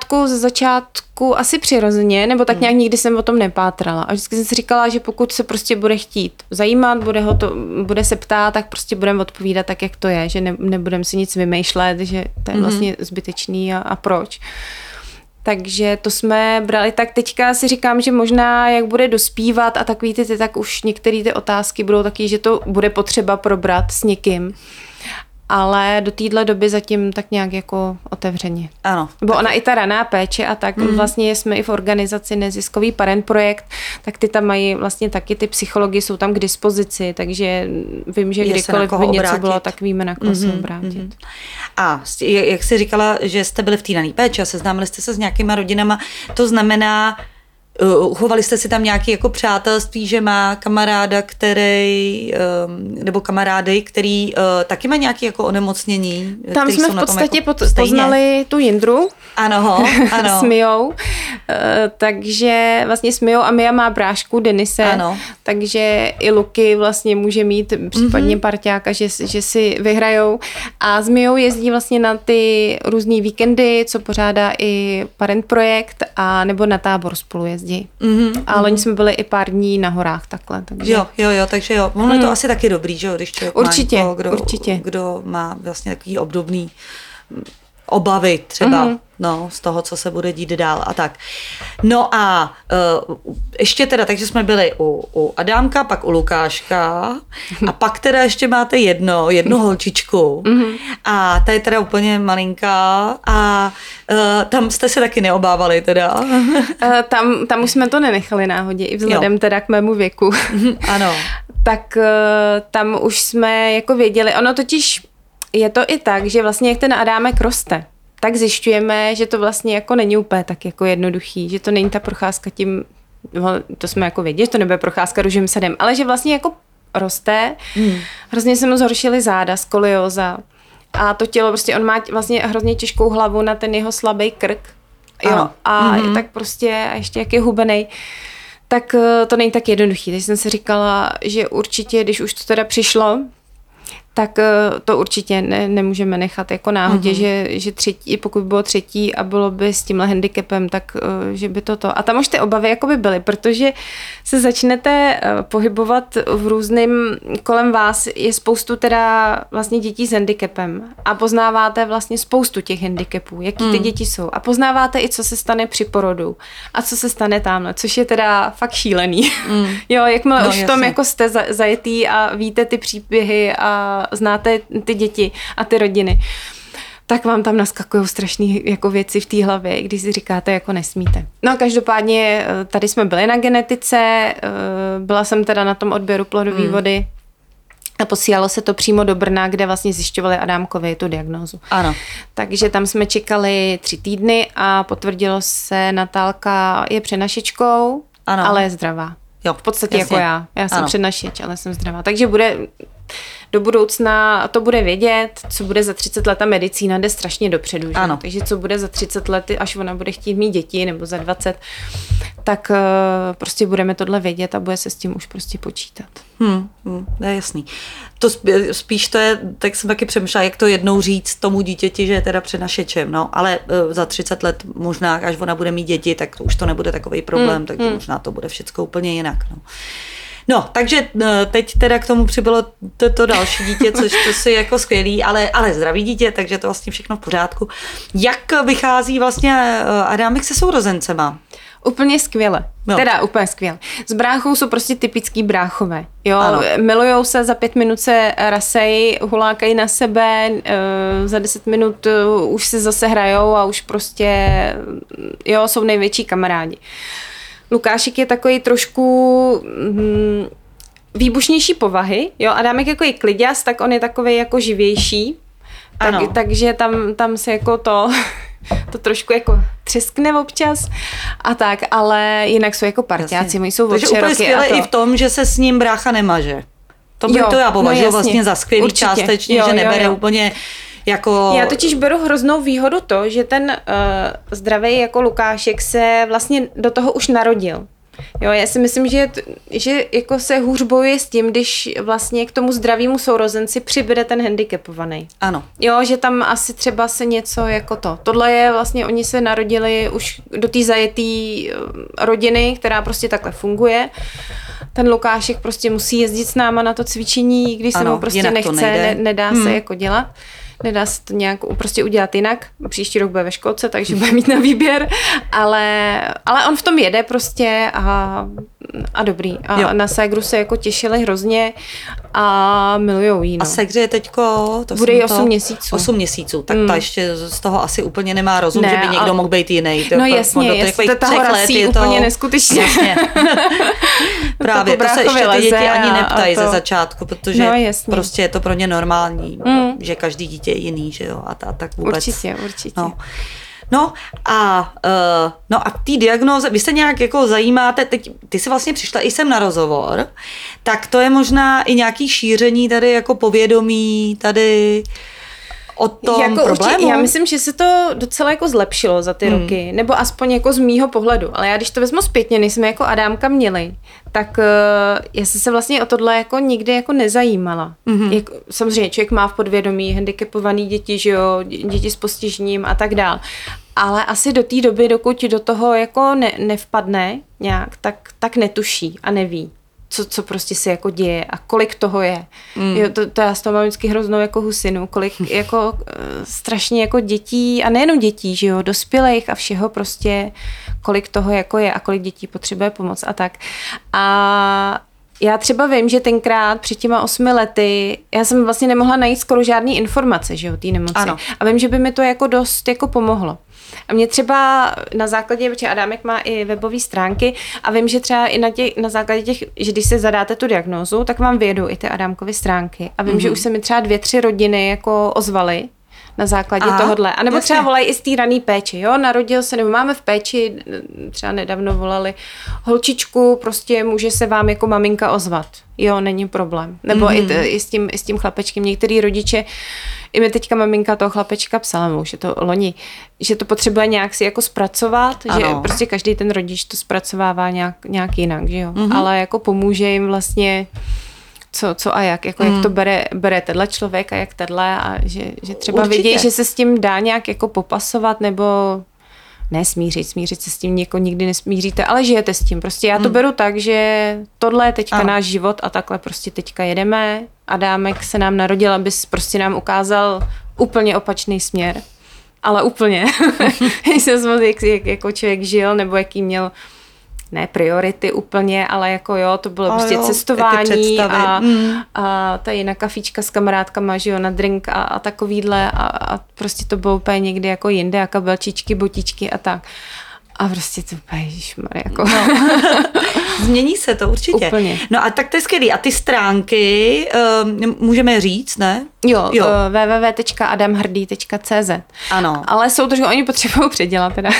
začátku asi přirozeně, nebo tak nějak nikdy jsem o tom nepátrala. A vždycky jsem si říkala, že pokud se prostě bude chtít zajímat, bude se ptát, tak prostě budeme odpovídat tak, jak to je, že nebudeme si nic vymýšlet, že to je vlastně zbytečný a proč. Takže to jsme brali tak. Teďka si říkám, že možná jak bude dospívat a takový tak už některé ty otázky budou taky, že to bude potřeba probrat s někým. Ale do téhle doby zatím tak nějak jako otevřeně. Ano. Bo ona i ta raná péče a tak vlastně jsme i v organizaci Neziskový parent projekt, tak ty tam mají vlastně taky ty psychologi jsou tam k dispozici, takže vím, že kdykoliv by něco bylo, tak víme, na koho se obrátit. A jak jsi říkala, že jste byli v té rané péči a seznámili jste se s nějakýma rodinama, to znamená, uchovali jste si tam nějaké jako přátelství, že má kamaráda, nebo kamarády, který taky má nějaké jako onemocnění? Tam jsme v podstatě jako poznali tu Jindru. Ano. S Mijou. Takže vlastně s Mijou a Mia má brášku Denise. Ano. Takže i Luky vlastně může mít případně parťáka, že si vyhrajou. A s Mijou jezdí vlastně na ty různý víkendy, co pořádá i parent projekt, a nebo na tábor spolu jezdí. A loni jsme byli i pár dní na horách takhle. Takže... Jo, takže jo. Ono je to asi taky dobrý, že jo, když člověk určitě. Kdo má vlastně takový obdobný obavy třeba z toho, co se bude dít dál a tak. No a ještě teda, takže jsme byli u Adámka, pak u Lukáška a pak teda ještě máte jednu holčičku a ta je teda úplně malinká a tam jste se taky neobávali teda. Tam už jsme to nenechali náhodě, i vzhledem teda k mému věku. Ano. Tak tam už jsme jako věděli, ono totiž je to i tak, že vlastně jak ten Adámek roste, tak zjišťujeme, že to vlastně jako není úplně tak jako jednoduchý, že to není ta procházka tím, to jsme jako věděli, že to nebude procházka růžovým sadem, ale že vlastně jako roste, hrozně se mu zhoršily záda, skolióza a to tělo, prostě on má vlastně hrozně těžkou hlavu na ten jeho slabý krk, jo, a tak prostě a ještě jak je hubenej, tak to není tak jednoduchý. Teď jsem si říkala, že určitě, když už to teda přišlo, tak to určitě nemůžeme nechat jako náhodě, že třetí, pokud bylo třetí a bylo by s tímhle handicapem, tak že by toto. A tam už ty obavy jako by byly, protože se začnete pohybovat v různým, kolem vás je spoustu teda vlastně dětí s handicapem a poznáváte vlastně spoustu těch handicapů, jaký ty děti jsou. A poznáváte i, co se stane při porodu a co se stane tamhle, což je teda fakt šílený. Jo, jakmile už v tom jako jste zajetý a víte ty příběhy a znáte ty děti a ty rodiny, tak vám tam naskakují strašné jako věci v té hlavě, když si říkáte, jako nesmíte. No každopádně tady jsme byli na genetice, byla jsem teda na tom odběru plodové vody a posílalo se to přímo do Brna, kde vlastně zjišťovali Adámkovi tu diagnózu. Ano. Takže tam jsme čekali 3 týdny a potvrdilo se, Natálka je přenašečkou, ale je zdravá. Jo, v podstatě jasně. jako já. Já jsem přednašeč, ale jsem zdravá. Takže bude do budoucna, to bude vědět, co bude za 30 let, a medicína jde strašně dopředu. Že? Ano. Takže co bude za 30 let, až ona bude chtít mít děti, nebo za 20, tak prostě budeme tohle vědět a bude se s tím už prostě počítat. To je jasný. To spíš to je, tak jsem taky přemýšlela, jak to jednou říct tomu dítěti, že je teda přenašečem, no, ale za 30 let možná, až ona bude mít děti, tak už to nebude takový problém, takže možná to bude všecko úplně jinak, no. No, takže teď teda k tomu přibylo to další dítě, což to si jako skvělý, ale zdravý dítě, takže to vlastně všechno v pořádku. Jak vychází vlastně Adámek se sourozencema? Úplně skvěle. Jo. Teda úplně skvěle. S bráchou jsou prostě typický bráchové. Jo, ano. Milujou se, za 5 minut se rasejí, hulákají na sebe, za 10 minut už se zase hrajou a už prostě jsou největší kamarádi. Lukášek je takový trošku výbušnější povahy, jo, Adámek jako je kliďas, tak on je takový jako živější, takže tam se jako to trošku jako třeskne občas a tak, ale jinak jsou jako parťáci, oni jsou takže úplně skvěle i v tom, že se s ním brácha nemaže. To já považuji vlastně za skvělý částečně, že nebere úplně jako... Já totiž beru hroznou výhodu to, že ten zdravý jako Lukášek se vlastně do toho už narodil. Jo, já si myslím, že jako se hůř bojuje s tím, když vlastně k tomu zdravému sourozenci přibude ten handicapovaný. Ano. Jo, že tam asi třeba se něco jako to. Tohle je vlastně, oni se narodili už do té zajetý rodiny, která prostě takhle funguje. Ten Lukášek prostě musí jezdit s náma na to cvičení, když se mu prostě nechce, nedá se jako dělat. Nedá se to nějak prostě udělat jinak. Příští rok bude ve školce, takže bude mít na výběr. Ale on v tom jede prostě a dobrý. A na ségru se jako těšili hrozně a milujou jí. No. A ségře je teďko... Bude jí 8 měsíců. 8 měsíců, tak ta ještě z toho asi úplně nemá rozum, že by někdo mohl být jiný. No jasně, ta horací je úplně neskutečně. Jasně. Právě, to se ještě ty děti ani neptají ze začátku, protože prostě je to pro ně normální, že každý dítě je jiný, že jo, a tak vůbec. Určitě. No a v té diagnóze, vy se nějak jako zajímáte, teď ty jsi vlastně přišla i sem na rozhovor, tak to je možná i nějaký šíření tady jako povědomí tady o tom jako problému? Já myslím, že se to docela jako zlepšilo za ty roky, nebo aspoň jako z mýho pohledu, ale já když to vezmu zpětně, než jsme jako Adámka měli, tak já jsem se vlastně o tohle jako nikdy jako nezajímala. Samozřejmě člověk má v podvědomí handicapovaný děti, že jo, děti s postižením a tak dál. Ale asi do té doby, dokud do toho jako nevpadne nějak, tak netuší a neví. Co prostě se jako děje a kolik toho je. Jo, to já z toho mám vždycky hroznou jako husinu, kolik jako strašně jako dětí a nejenom dětí, že jo, dospělých a všeho prostě, kolik toho jako je a kolik dětí potřebuje pomoc a tak. A já třeba vím, že tenkrát před těma 8 lety, já jsem vlastně nemohla najít skoro žádný informace, že jo, té nemoci. Ano. A vím, že by mi to jako dost jako pomohlo. A mě třeba na základě, protože Adámek má i webové stránky a vím, že třeba i na základě těch, že když se zadáte tu diagnózu, tak vám vyjedou i ty Adámkovy stránky. A vím, že už se mi třeba 2-3 rodiny jako ozvaly na základě tohodle. A nebo třeba volají i z té raný péče, jo, narodil se, nebo máme v péči, třeba nedávno volali holčičku, prostě může se vám jako maminka ozvat. Jo, není problém. Nebo i s tím chlapečkem. Některý rodiče, i mi teďka maminka toho chlapečka psala, už je to loni, že to potřebuje nějak si jako zpracovat, že prostě každý ten rodič to zpracovává nějak jinak, že jo. Ale jako pomůže jim vlastně co a jak, jako jak to bere tenhle člověk a jak tenhle a že třeba vidí, že se s tím dá nějak jako popasovat nebo ne smířit se s tím nikdy nesmíříte, ale žijete s tím. Prostě já to beru tak, že tohle je teďka náš život a takhle prostě teďka jedeme. Adámek se nám narodil, aby prostě nám ukázal úplně opačný směr. Ale úplně. Jsem zvolil, jak jako člověk žil, nebo jaký měl ne priority úplně, ale jako jo, to bylo prostě cestování a tady na kafíčka s kamarádkama, že jo, na drink a takovýhle a prostě to bylo úplně někdy jako jinde a kabelčičky, botičky a tak. A prostě to ježišmarja, jako. Změní se to určitě. Úplně. No a tak to je skvělý. A ty stránky můžeme říct, ne? Jo. www.adamhrdý.cz. Ano. Ale jsou trošku, oni potřebují předělat teda.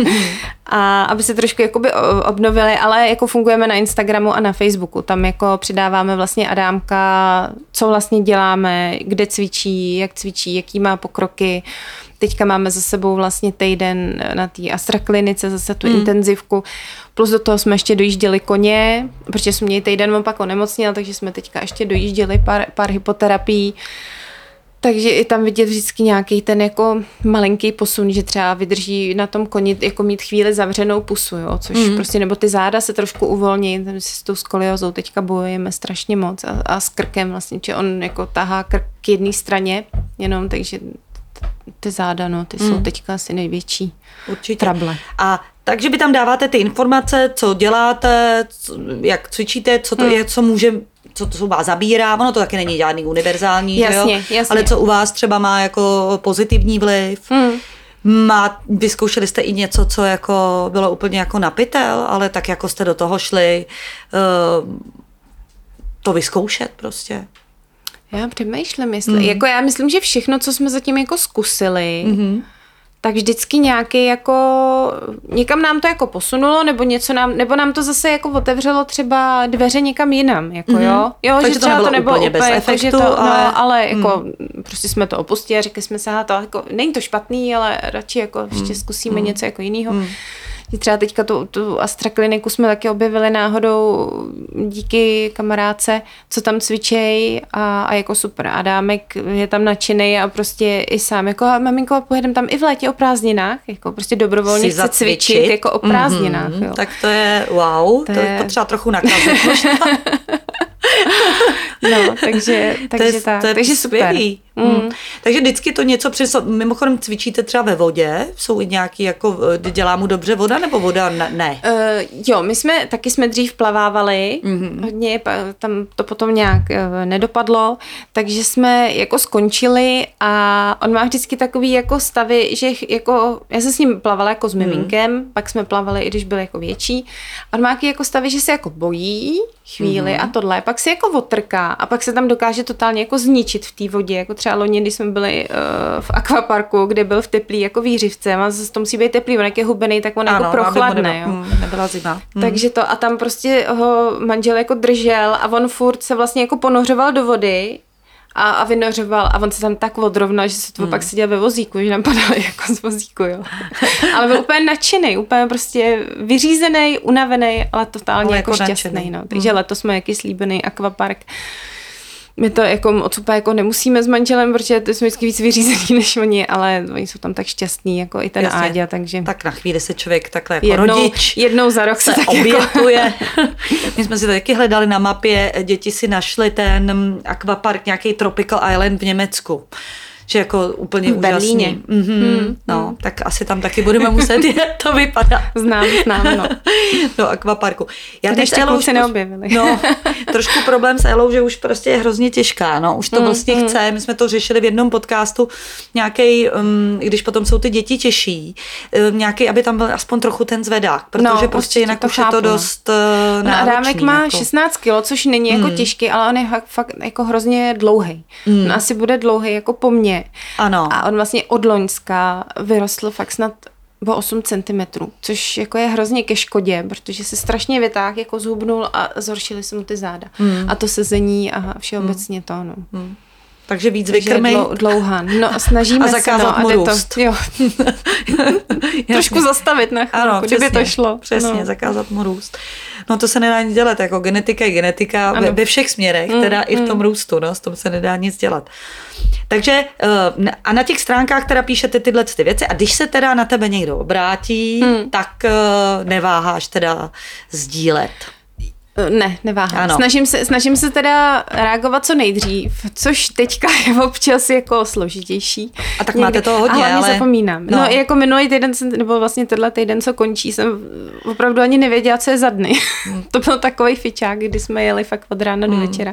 A aby se trošku jakoby obnovili, ale jako fungujeme na Instagramu a na Facebooku. Tam jako přidáváme vlastně Adámka, co vlastně děláme, kde cvičí, jaký má pokroky. Teďka máme za sebou vlastně týden na té Astra klinice, zase tu intenzivku. Plus do toho jsme ještě dojížděli koně, protože jsme měli týden, on pak onemocněl, takže jsme teďka ještě dojížděli pár hypoterapií. Takže i tam vidět vždycky nějaký ten jako malinký posun, že třeba vydrží na tom koni jako mít chvíli zavřenou pusu, jo, což prostě, nebo ty záda se trošku uvolní, s tou skoliózou teďka bojujeme strašně moc a s krkem vlastně, že on jako tahá krk k jedné straně jenom, takže ty záda, no, ty jsou teďka asi největší trable. A takže vy tam dáváte ty informace, co děláte, jak cvičíte, co to je, co to vás zabírá, ono to taky není žádný univerzální, jasně. Ale co u vás třeba má jako pozitivní vliv. Vyzkoušeli jste i něco, co jako bylo úplně jako na pytel, ale tak jako jste do toho šli to vyzkoušet prostě. Já přemýšlím, jako já myslím, že všechno, co jsme zatím jako zkusili, tak vždycky nějaký jako, někam nám to jako posunulo, nebo nám to zase jako otevřelo třeba dveře někam jinam, jako jo. Takže že třeba to nebylo úplně bez efektu, jako, že to, ale jako prostě jsme to opustili a řekli jsme se, to jako, není to špatný, ale radši jako ještě zkusíme něco jako jinýho. Třeba teďka tu Astra kliniku jsme taky objevili náhodou díky kamarádce, co tam cvičej a jako super. Adámek je tam nadšenej a prostě i sám jako maminko, pojedeme tam i v létě o prázdninách, jako prostě dobrovolně chce cvičit jako o prázdninách. Jo. Tak to je wow, to je potřeba trochu nakazit. No, takže super. Takže vždycky to něco mimochodem cvičíte třeba ve vodě? Jsou i nějaký, jako dělá mu dobře voda, nebo voda ne? Jo, taky jsme dřív plavávali, hodně, tam to potom nějak nedopadlo, takže jsme jako skončili a on má vždycky takový jako stavy, že jako, já jsem s ním plavala jako s miminkem, pak jsme plavali, i když byl jako větší, a on má jako stavy, že se jako bojí chvíli a tohle, pak se jako otrká a pak se tam dokáže totálně jako zničit v té vodě, jako třeba loni, když jsme byli v akvaparku, kde byl v teplý jako výřivce, a zase to musí být teplý, on jak je hubený, tak on jako prochladne, jo. Nebyla zima. Takže to a tam prostě ho manžel jako držel a on furt se vlastně jako ponořoval do vody a vynořoval a on se tam tak odrovnal, že se to pak seděl ve vozíku, že nám padali jako z vozíku, jo. Ale byl úplně nadšenej, úplně prostě vyřízený, unavený, ale totálně jako šťastný, no. Takže letos jsme jaký slíbený akvapark. My to jako moc úplně jako nemusíme s manželem, protože to jsme vždycky víc vyřízený než oni, ale oni jsou tam tak šťastní, jako i ten Áďa, takže... Tak na chvíli se člověk takhle jako rodič jednou za rok se tak obětuje. Jako... My jsme si to taky hledali na mapě, děti si našli ten akvapark, nějaký Tropical Island v Německu. Že jako úplně úžasný. No, tak asi tam taky budeme muset jet, to vypadá. Znám, no. Do akvaparku. Já teď Elou se neobjevili. No, trošku problém s Elou, že už prostě je hrozně těžká, no, už to vlastně chce, my jsme to řešili v jednom podcastu, nějaký, když potom jsou ty děti těžší, nějaký, aby tam byl aspoň trochu ten zvedák, protože prostě jinak už je to dost náročný. Adámek má jako. 16 kilo, což není jako těžký, ale on je fakt jako hrozně dlouhý. On asi bude dlouhý jako po mně. Ano. A on vlastně od loňska vyrostl fakt snad o 8 cm, což jako je hrozně ke škodě, protože se strašně vytáhl, jako zhubnul a zhoršily se mu ty záda. A to sezení a všeobecně to, no. Takže víc vykrmej. Dlouhá. No, snažíme a zakázat se, mu růst. Jo. Trošku zastavit na chvilku, ano, kdyby to šlo. Přesně, zakázat mu růst. No to se nedá nic dělat, jako genetika je genetika ve všech směrech, teda i v tom růstu, no, s tom se nedá nic dělat. Takže a na těch stránkách teda píšete tyhle ty věci a když se teda na tebe někdo obrátí, tak neváháš teda sdílet. Ne, neváhám. Ano. Snažím se teda reagovat co nejdřív, což teďka je občas jako složitější. A tak máte toho hodně, ale zapomínám. No, jako minulý týden, nebo vlastně tenhle týden, co končí, jsem opravdu ani nevěděla, co je za dny. To byl takovej fičák, kdy jsme jeli fakt od rána do večera.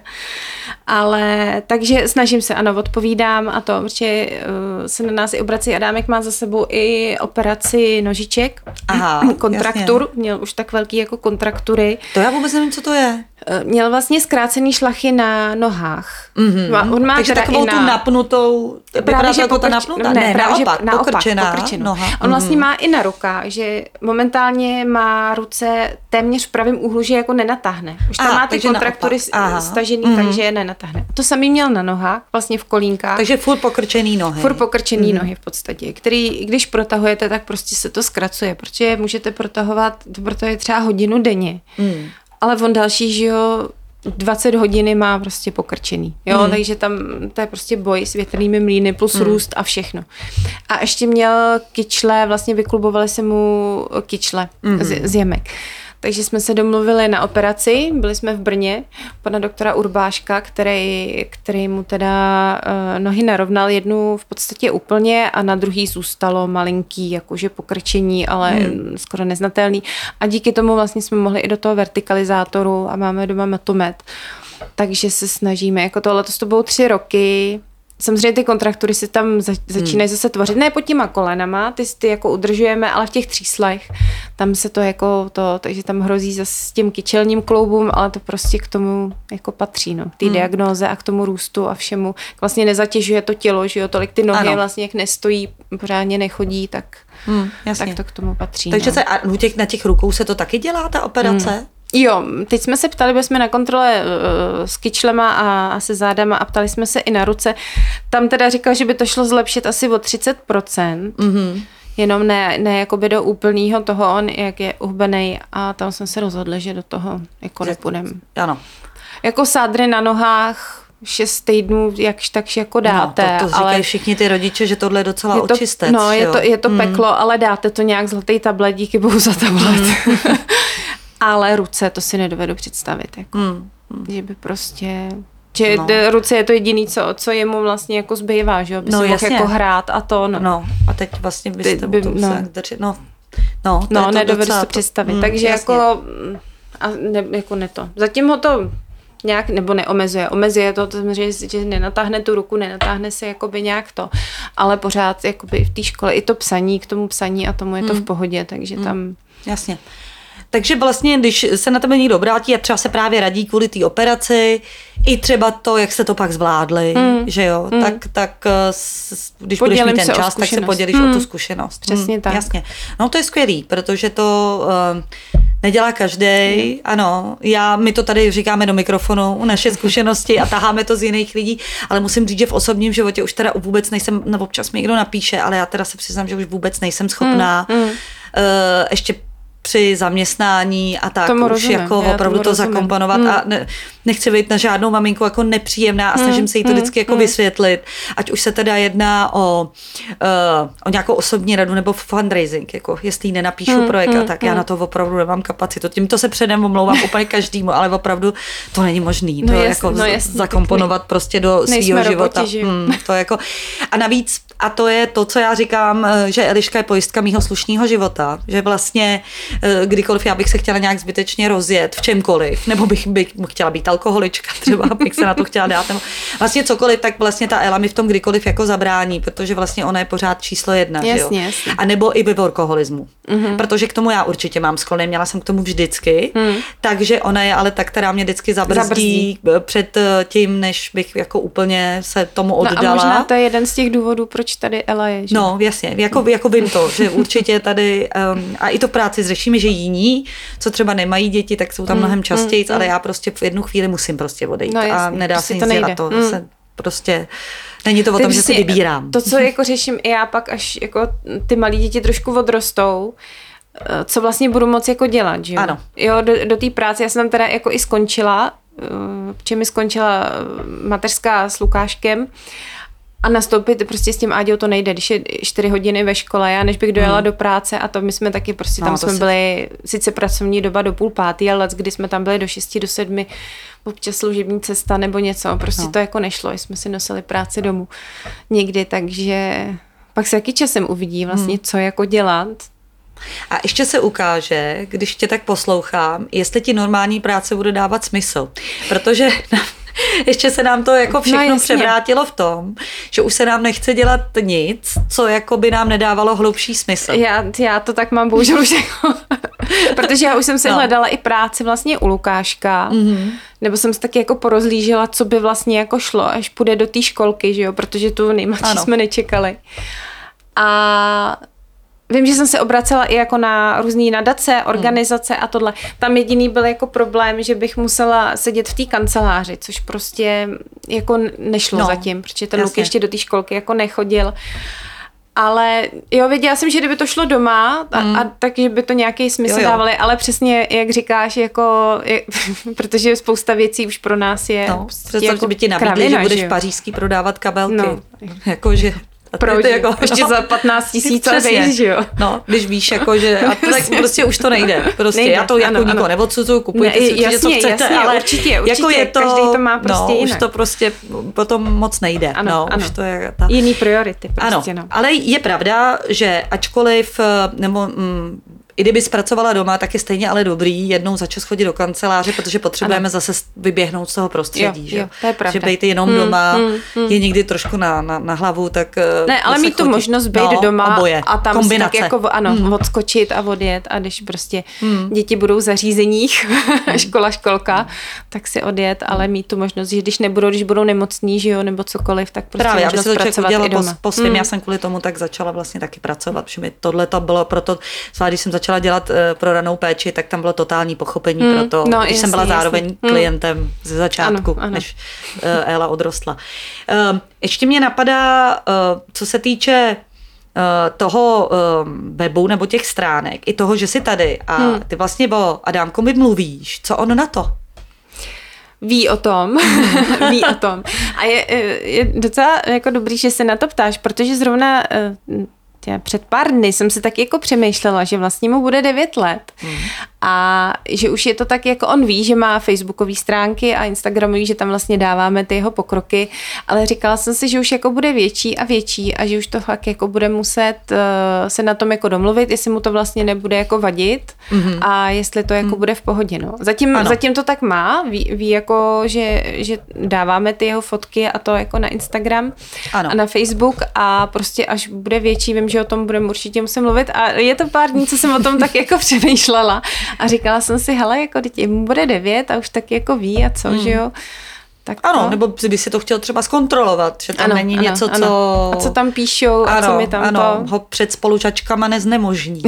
Ale takže snažím se, ano, odpovídám a to, protože se na nás i obrací. Adámek má za sebou i operaci nožiček. Aha, kontraktur, jasně. měl už tak velký jako kontraktury. To já vůbec nevím, co to je. Měl vlastně zkrácený šlachy na nohách. On má takže teda takovou i tu napnutou, právě, že jako ta napnutá? Ne, právě, naopak, pokrčená noha. On vlastně má i na rukách, že momentálně má ruce téměř v pravém úhlu, že jako nenatáhne. Už tam má ty kontraktury stažený, takže je nenatáhne. To samý měl na nohách, vlastně v kolínkách. Takže furt pokrčený nohy. Furt pokrčený nohy v podstatě, který, když protahujete, tak prostě se to zkracuje, protože můžete protahovat, proto je třeba hodinu denně. Ale on další, že jo, 20 hodiny má prostě pokrčený. Jo, takže tam to je prostě boj s větrnými mlýny plus růst a všechno. A ještě měl kyčle, vlastně vyklubovaly se mu kyčle z jemek. Takže jsme se domluvili na operaci, byli jsme v Brně, pana doktora Urbáška, který mu teda nohy narovnal, jednu v podstatě úplně a na druhý zůstalo malinký, jakože pokrčení, ale skoro neznatelný. A díky tomu vlastně jsme mohli i do toho vertikalizátoru a máme doma metomet. Takže se snažíme, jako tohle to budou 3 roky. Samozřejmě ty kontraktury se tam začínají zase tvořit, ne pod těma kolenama, ty jako udržujeme, ale v těch tříslech, tam se to jako to, takže tam hrozí zase s tím kyčelním kloubům, ale to prostě k tomu jako patří, no, k té diagnóze a k tomu růstu a všemu. Vlastně nezatěžuje to tělo, že jo, tolik ty nohy vlastně jak nestojí, pořádně nechodí, tak to k tomu patří. Takže na těch rukou se to taky dělá, ta operace? Jo, teď jsme se ptali, byli jsme na kontrole s kyčlema a se zádama a ptali jsme se i na ruce. Tam teda říkal, že by to šlo zlepšit asi o 30%, jenom ne jakoby do úplného toho, on jak je uhbenej a tam jsme se rozhodli, že do toho jako nepůjdeme. Ano. Jako sádry na nohách 6 týdnů, jakž takž jako dáte. No, to říkají všichni ty rodiče, že tohle je docela očistec. No, je to peklo, ale dáte to nějak zlatý tablet, díky bohu za tablet. Ale ruce, to si nedovedu představit. Jako, že by prostě... Že ruce je to jediný, co jemu vlastně jako zbývá, že by si mohl jako hrát a to. No, a teď vlastně byste mu to museli držet. Nedovedu si představit. Takže jasně. Jako ne to. Zatím ho to nějak, nebo neomezuje. Omezuje to samozřejmě, že nenatáhne tu ruku, nenatáhne se jakoby nějak to. Ale pořád jakoby v té škole i to psaní, k tomu psaní a tomu je to v pohodě, takže tam... Jasně. Takže vlastně, když se na tebe někdo obrátí a třeba se právě radí kvůli té operaci, i třeba to, jak jste to pak zvládli, že jo, tak když budeš mít ten čas, tak se podělíš o tu zkušenost. Přesně tak. Jasně. No to je skvělý, protože to nedělá každý. Ano, my to tady říkáme do mikrofonu, naše zkušenosti a taháme to z jiných lidí, ale musím říct, že v osobním životě už teda vůbec nejsem, nebo občas mi někdo napíše, ale já teda se přiznám, že už vůbec nejsem schopná ještě při zaměstnání a tak už rozumím, jako opravdu to zakomponovat a nechci být na žádnou maminku jako nepříjemná a snažím se jí to vždycky jako vysvětlit, ať už se teda jedná o nějakou osobní radu nebo fundraising, jako jestli nenapíšu projekt a tak já na to opravdu nemám kapacitu. Tímto se předem omlouvám úplně každému, ale opravdu to není možný to jako zakomponovat prostě do svýho života. To jako, a navíc, a to je to, co já říkám, že Eliška je pojistka mýho slušného života, že vlastně kdykoliv já bych se chtěla nějak zbytečně rozjet v čemkoliv, nebo bych chtěla být alkoholička třeba, bych se na to chtěla dát, nebo vlastně cokoliv, tak vlastně ta Ela mi v tom kdykoliv jako zabrání, protože vlastně ona je pořád číslo 1, jasně, že jo? Jasně. A nebo i ve workoholismu. Protože k tomu já určitě mám sklony, měla jsem k tomu vždycky, takže ona je ale ta, která mě vždycky zabrzdí před tím, než bych jako úplně se tomu oddala. No a možná to je jeden z těch důvodů, proč tady Ela je, že? No, jasně, jako vím to, že určitě tady, a i to v práci řešíme, že jiní, co třeba nemají děti, tak jsou tam mnohem častěji, ale já prostě v jednu chvíli musím prostě odejít no, jasně, a nedá prostě se nic dělat to. Prostě není to o tom, že si vybírám. To, co jako řeším i já pak, až jako ty malí děti trošku odrostou, co vlastně budu moc jako dělat, že jo? Ano. Jo, do té práce, já jsem tam teda jako i skončila, protože mi skončila mateřská s Lukáškem a nastoupit prostě s tím Áďou to nejde, když je 4 hodiny ve škole, já než bych dojela do práce a to my jsme taky prostě, tam jsme byli, sice pracovní doba do 5:30, ale kdy jsme tam byli do 6, do 7, občas služební cesta nebo něco, prostě to jako nešlo, jsme si nosili práci domů někdy, takže pak se taky časem uvidí vlastně, co jako dělat. A ještě se ukáže, když tě tak poslouchám, jestli ti normální práce bude dávat smysl, protože ještě se nám to jako všechno převrátilo v tom, že už se nám nechce dělat nic, co jako by nám nedávalo hlubší smysl. Já to tak mám bohužel už jako, protože já už jsem si hledala i práci vlastně u Lukáška, nebo jsem se taky jako porozlížela, co by vlastně jako šlo, až půjde do té školky, že jo, protože tu nejmladší jsme nečekali. A vím, že jsem se obracela i jako na různý nadace, organizace a tohle. Tam jediný byl jako problém, že bych musela sedět v té kanceláři, což prostě jako nešlo zatím, protože ten Luk ještě do té školky jako nechodil. Ale jo, věděla jsem, že kdyby to šlo doma, a takže by to nějaký smysl dávali, ale přesně, jak říkáš, jako, protože spousta věcí už pro nás je prostě jako by ti nabídli, že budeš pařížský prodávat kabelky. No. Jakože proč? Jako, ještě za 15 000 vejš, že jo? No, když víš, jako, že a tak prostě už to nejde. Prostě nejde. Já to jako nikoho neodsuzuju, kupujte si určitě, co chcete, jasně, ale určitě, jako je to, každý to má prostě jinak. Už to prostě potom moc nejde. Ano. Už to je ta... Jiný priority prostě, ale je pravda, že ačkoliv, nebo i kdyby zpracovala doma, tak je stejně ale dobrý jednou za čas chodit do kanceláře, protože potřebujeme zase vyběhnout z toho prostředí. Jo, to je pravda. Že být jenom doma je někdy trošku na hlavu, tak ne, ale mít tu možnost být doma oboje. A tam kombinace. si tak jako odskočit a odjet a když prostě děti budou v zařízeních, školka, tak si odjet, ale mít tu možnost, že když budou nemocní, že jo, nebo cokoliv, tak prostě právě, možnost pracovat i doma. Po svým, já jsem kvůli tomu tak začala vlastně taky pracovat, protože mi tohle to bylo proto, když jsem začala dělat pro ranou péči, tak tam bylo totální pochopení pro to, když jsem byla zároveň klientem ze začátku, než Ela odrostla. Ještě mě napadá, co se týče toho webu nebo těch stránek, i toho, že jsi tady a ty vlastně o Adámkovi mluvíš, co on na to? Ví o tom. A je docela jako dobrý, že se na to ptáš, protože zrovna před pár dny jsem si tak jako přemýšlela, že vlastně mu bude 9 let a že už je to tak, jako on ví, že má facebookové stránky a instagramový, že tam vlastně dáváme ty jeho pokroky, ale říkala jsem si, že už jako bude větší a větší a že už to fakt jako bude muset se na tom jako domluvit, jestli mu to vlastně nebude jako vadit a jestli to jako bude v pohodě. No. Zatím to tak má, ví jako, že dáváme ty jeho fotky a to jako na Instagram a na Facebook a prostě až bude větší, vím, že o tom budeme určitě muset mluvit a je to pár dní, co jsem o tom tak jako přemýšlela a říkala jsem si, hele, jako teď mu bude 9 a už tak jako ví a co, že jo. Tak ano, nebo by si to chtěl třeba zkontrolovat, že tam není něco, co... A co tam píšou a co mi tam to... ho před spolužačkama neznemožní.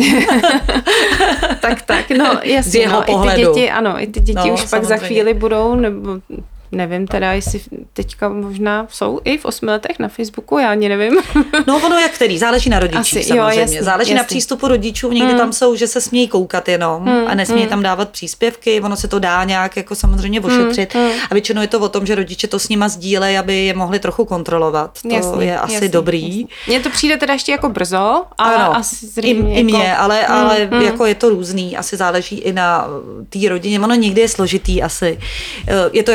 tak, no jasně, z jeho pohledu. I ty děti už pak za chvíli budou, nebo... Nevím teda, jestli teďka možná jsou i v 8 letech na Facebooku, já ani nevím. No ono jak který, záleží na rodičích samozřejmě. Záleží na přístupu rodičů, někdy tam jsou, že se smějí koukat jenom a nesmějí tam dávat příspěvky, ono se to dá nějak jako samozřejmě ošetřit a většinou je to o tom, že rodiče to s nima sdílejí, aby je mohli trochu kontrolovat. To je asi dobrý. Mně to přijde teda ještě jako brzo, ale asi zřejmě I mě, ale jako je to různý, asi záleží i na té rodině, ono někdy je složitý asi. Je to jako když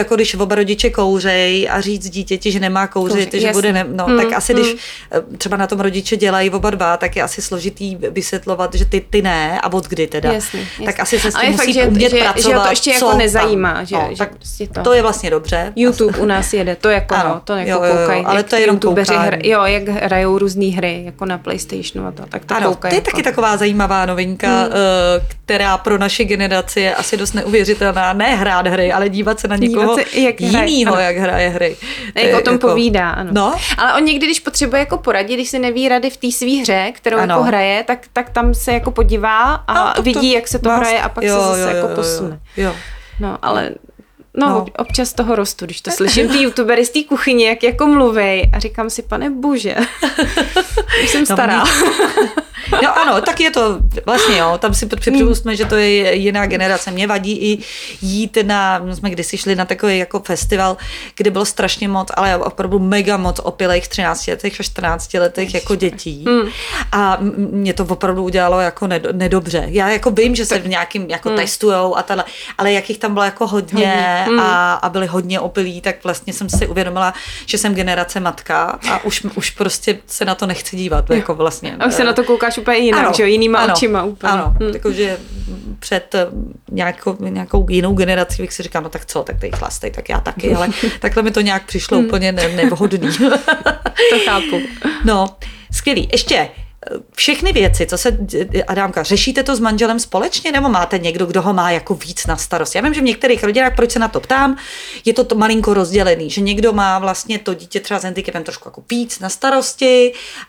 oba rodiče kouřej a říct dítěti, že nemá kouřit, že bude tak asi když třeba na tom rodiče dělají oba dva, tak je asi složitý vysvětlovat, že ty ne a od kdy teda. Jasný. Tak asi se s tím musí umět pracovat. Že to ještě jako nezajímá. Že prostě to je vlastně dobře. YouTube u nás jede, to jako to jako koukají. Ale to je jenom koukání. Jak hrajou různý hry, jako na PlayStationu a to, tak to koukají. To je taky taková zajímavá novinka, která pro naši generaci je asi dost neuvěřitelná. Ne hrát hry, ale dívat se na někoho jinýho, jak hraje hry. Jak o tom povídá, ano. No? Ale on někdy, když potřebuje jako poradit, když se neví rady v té svý hře, kterou jako hraje, tak tam se jako podívá a vidí, jak se to hraje a pak se zase jako posune. No, ale občas toho rostu, když to slyším ty youtubery z té kuchyně, jak jako mluví a říkám si, pane bože, už jsem stará. No ano, tak je to vlastně, tam si připustíme, že to je jiná generace. Mě vadí i jít jsme kdysi šli na takový jako festival, kde bylo strašně moc, ale opravdu mega moc opilejch 13 letech a 14 letech jako dětí. A mě to opravdu udělalo jako nedobře. Já jako vím, že se v nějakým jako testujou a tahle, ale jak jich tam bylo jako hodně a byli hodně opilí, tak vlastně jsem si uvědomila, že jsem generace matka a už prostě se na to nechci dívat. Jako vlastně. A už se na to koukáš úplně jinak, že jinýma očima úplně. Ano, takže před nějakou jinou generací bych si říkala, no tak co, tak ty chlastej, tak já taky, ale takhle mi to nějak přišlo úplně nevhodný. To chápu. No, skvělý. Ještě všechny věci, co se, Adámka, řešíte to s manželem společně, nebo máte někdo, kdo ho má jako víc na starost? Já vím, že v některých rodinách, proč se na to ptám, je to malinko rozdělený, že někdo má vlastně to dítě třeba s handicapem trošku jako víc na starosti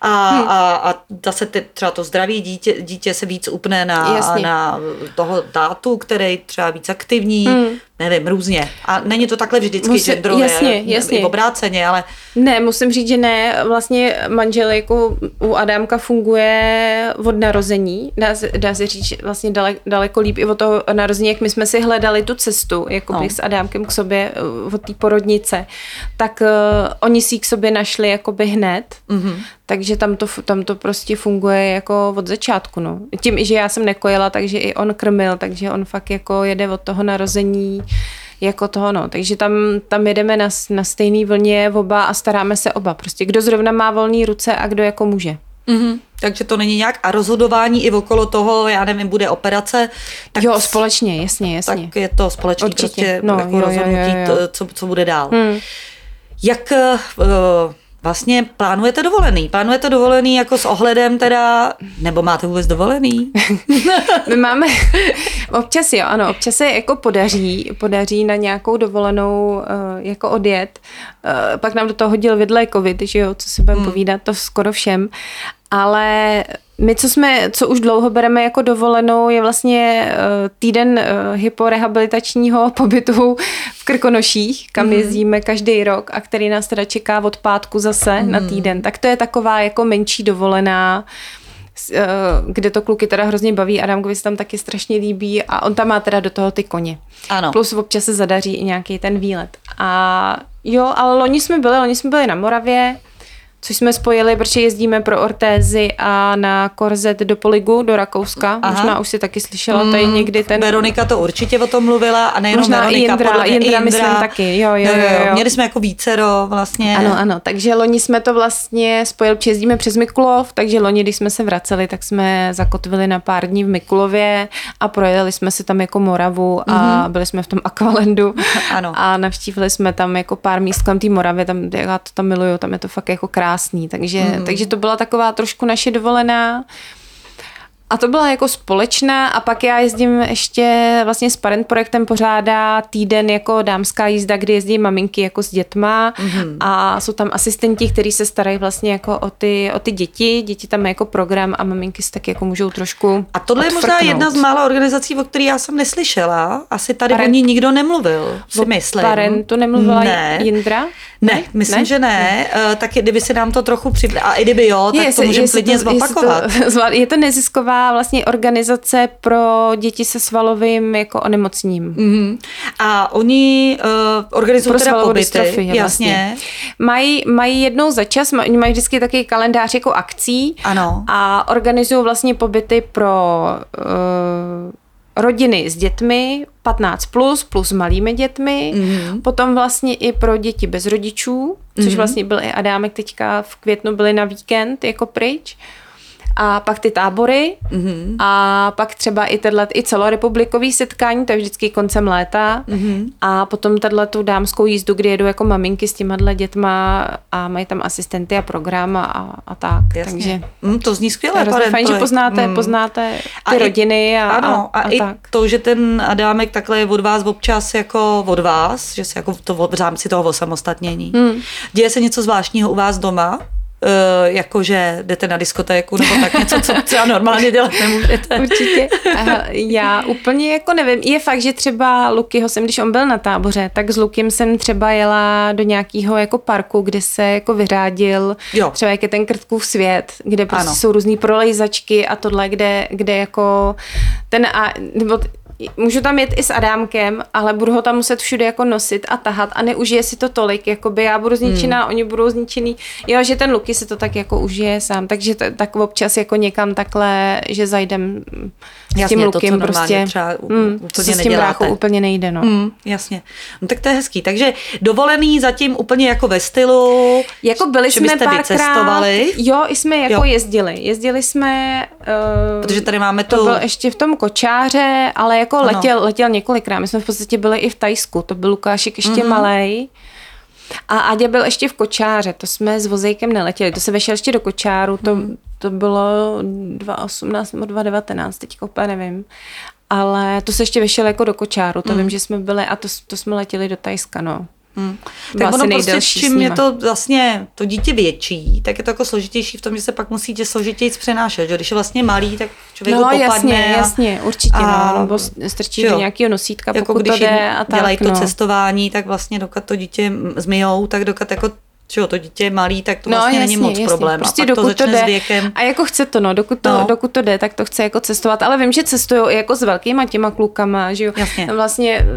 a zase třeba to zdraví dítě se víc upne na toho tátu, který třeba víc aktivní, nevím, různě. A není to takhle vždycky genderově, jasně. Obráceně, ale... Ne, musím říct, že ne. Vlastně manžel jako u Adámka funguje od narození. Dá se říct vlastně daleko líp i od toho narození, jak my jsme si hledali tu cestu jakoby s Adámkem k sobě od té porodnice. Tak oni si k sobě našli jakoby hned. Takže tam to prostě funguje jako od začátku. No. Tím, že já jsem nekojila, takže i on krmil, takže on fakt jako jede od toho narození jako toho, no. Takže tam jedeme na stejný vlně oba a staráme se oba. Prostě kdo zrovna má volné ruce a kdo jako může. Takže to není nějak a rozhodování i okolo toho, já nevím, bude operace. Tak společně, jasně. Tak je to společný prostě jako rozhodnutí, co bude dál. Jak vlastně plánujete dovolený? Plánujete dovolený jako s ohledem teda, nebo máte vůbec dovolený? My máme, občas se jako podaří na nějakou dovolenou jako odjet. Pak nám do toho hodil vidle covid, že jo, co si budeme povídat, to skoro všem. Ale my, co už dlouho bereme jako dovolenou, je vlastně týden hyporehabilitačního pobytu v Krkonoších, kam jezdíme každý rok a který nás teda čeká od pátku zase na týden. Tak to je taková jako menší dovolená, kde to kluky teda hrozně baví. Adámkovi se tam taky strašně líbí a on tam má teda do toho ty koně. Ano. Plus občas se zadaří i nějaký ten výlet. A ale loni jsme byli na Moravě, což jsme spojili, protože jezdíme pro ortézy a na korzet do Poligu, do Rakouska. Možná už si taky slyšela, tady někdy ten... Veronika to určitě o tom mluvila a nejenom možná Veronika, Jindra myslím taky. Jo. Měli jsme jako vícero vlastně. Ano, takže loni jsme to vlastně spojili, jezdíme přes Mikulov, takže loni, když jsme se vraceli, tak jsme zakotvili na pár dní v Mikulově a projeli jsme si tam jako Moravu a byli jsme v tom Aqualandu. Ano. A navštívili jsme tam jako pár míst kolem té Moravy, tam, já to tam miluju, tam je to fakt jako krásný. Takže to byla taková trošku naše dovolená. A to byla jako společná a pak já jezdím ještě vlastně s Parent projektem pořádá týden jako dámská jízda, kdy jezdí maminky jako s dětma a jsou tam asistenti, kteří se starají vlastně jako o ty děti. Děti tam jako program a maminky si taky jako můžou trošku A tohle odfrknout. Je možná jedna z mála organizací, o které já jsem neslyšela. Asi tady o ní nikdo nemluvil, si myslím. Parentu nemluvila Jindra? Ne, myslím, že ne. Tak kdyby se nám to trochu a i kdyby tak to můžeme klidně zopakovat. Je to nezisková vlastně organizace pro děti se svalovým jako onemocněním. A oni organizují teda pobyty. Jasně. Mají jednou za čas, mají vždycky taky kalendář jako akcí. Ano. A organizují vlastně pobyty pro rodiny s dětmi, 15+, plus malými dětmi, potom vlastně i pro děti bez rodičů, což vlastně byl i Adámek teďka v květnu byli na víkend jako pryč. A pak ty tábory a pak třeba i celorepublikový setkání, to je vždycky koncem léta a potom tu dámskou jízdu, kdy jedou jako maminky s těmahle dětma a mají tam asistenty a program a tak. Jasně. Takže to zní skvěle. To je fajn, že poznáte ty rodiny a i tak. To, že ten Adámek takhle je od vás občas jako od vás, že se jako to v rámci toho osamostatnění. Děje se něco zvláštního u vás doma? Jakože jdete na diskotéku nebo tak něco, co třeba normálně dělat nemůžete. Určitě. Já úplně jako nevím. Je fakt, že třeba Lukyho jsem, když on byl na táboře, tak s Lukym jsem třeba jela do nějakého jako parku, kde se jako vyřádil třeba jak je ten Krtkův svět, kde prostě jsou různý prolejzačky a tohle, kde jako nebo můžu tam jet i s Adámkem, ale budu ho tam muset všude jako nosit a tahat a neužije si to tolik, jakoby já budu zničená, oni budou zničený. Jo, že ten Luky si to tak jako užije sám, takže tak občas jako někam takhle, že zajdem s tím Lukym prostě. Třeba úplně s tím bráchou úplně nejde, no. Jasně. No tak to je hezký. Takže dovolený zatím úplně jako ve stylu, jako byli že jsme byste vycestovali. Jo, i jsme jako jezdili. Jezdili jsme, protože tady máme to byl ještě v tom kočáře, ale jako letěl několikrát. My jsme v podstatě byli i v Thajsku. To byl Lukášek ještě malej. A Aďa byl ještě v kočáře. To jsme s vozejkem neletěli. To se vešel ještě do kočáru. To bylo 2018 nebo 2019, teďka úplně nevím. Ale to se ještě vešel jako do kočáru. To vím, že jsme byli a to jsme letěli do Thajska, no. Tak ono prostě, čím je to vlastně to dítě větší, tak je to jako složitější v tom, že se pak musíte složitějc přenášet, že když je vlastně malý, tak člověk ho popadne. Jasně, určitě, nebo strčí do nějakého nosítka, jako pokud když to jde a tak. Dělají to cestování, tak vlastně dokud to dítě zmijou, tak dokud jako to dítě je malý, tak to vlastně není moc problém. Prostě a pak to začne s věkem. A jako chce to, dokud to jde, tak to chce jako cestovat. Ale vím, že cestujou i jako s velkýma těma klukama, že jo. Jasně. Vlastně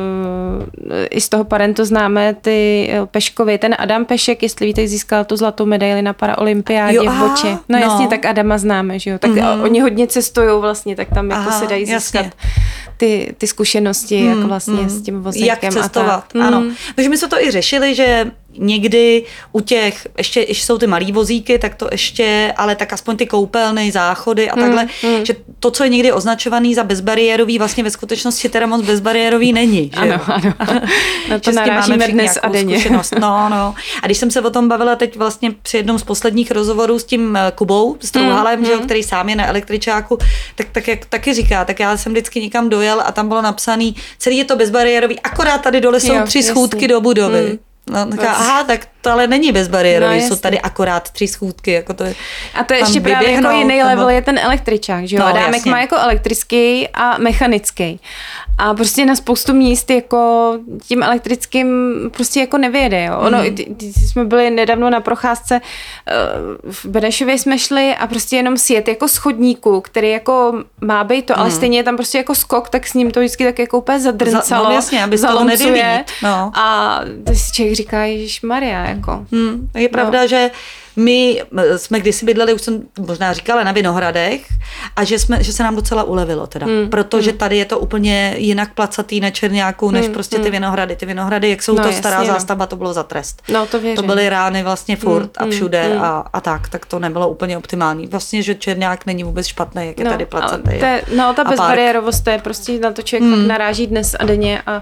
i z toho parentu známe ty Peškovi. Ten Adam Pešek, jestli víte, získal tu zlatou medaili na paraolympiádě v boči. No jasně, tak Adama známe, že jo. Tak oni hodně cestují vlastně, tak tam jako se dají získat ty zkušenosti, jako vlastně s tím vozíkem. Jak cestovat, ano. Takže my jsme to i řešili, že někdy u těch, ještě jsou ty malý vozíky, tak to ještě, ale tak aspoň ty koupelny, záchody a takhle, že to, co je někdy označovaný za bezbariérový, vlastně ve skutečnosti teda moc bezbariérový není. Že ano. Na to narážíme dnes a denně. No. A když jsem se o tom bavila teď vlastně při jednom z posledních rozhovorů s tím Kubou Strouhalem, že jo, který sám je na električáku, tak jak taky říká, tak já jsem vždycky někam dojel a tam bylo napsaný, celý je to bezbariérový, akorát tady dole jsou 3 schůdky do budovy. No, tak to ale není bezbariérový, jsou tady akorát 3 schůdky. Jako to je, a to je ještě právě jako jiný level, je ten električák, že jo? Adámek má jako elektrický a mechanický. A prostě na spoustu míst jako tím elektrickým prostě jako nevyjede, jo. Ono, jsme byli nedávno na procházce, v Benešově jsme šli a prostě jenom sjet jako schodníku, který jako má být to, ale stejně je tam prostě jako skok, tak s ním to vždycky tak jako úplně zadrncalo. No jasně, aby se toho nedivít. No. A si člověk říká, ježišmarja, jako. Je pravda, že my jsme kdysi bydleli, už jsem možná říkala, na Vinohradech a že se nám docela ulevilo teda, protože tady je to úplně jinak placatý na Čerňáku, než prostě ty Vinohrady. Ty Vinohrady, jak jsou to stará zástavba, to bylo za trest. No, to věřím. To byly rány vlastně furt a všude a tak to nebylo úplně optimální. Vlastně, že Čerňák není vůbec špatný, jak je tady placatý. Ta bezbariérovost, to je prostě na to člověk fakt naráží dnes a denně a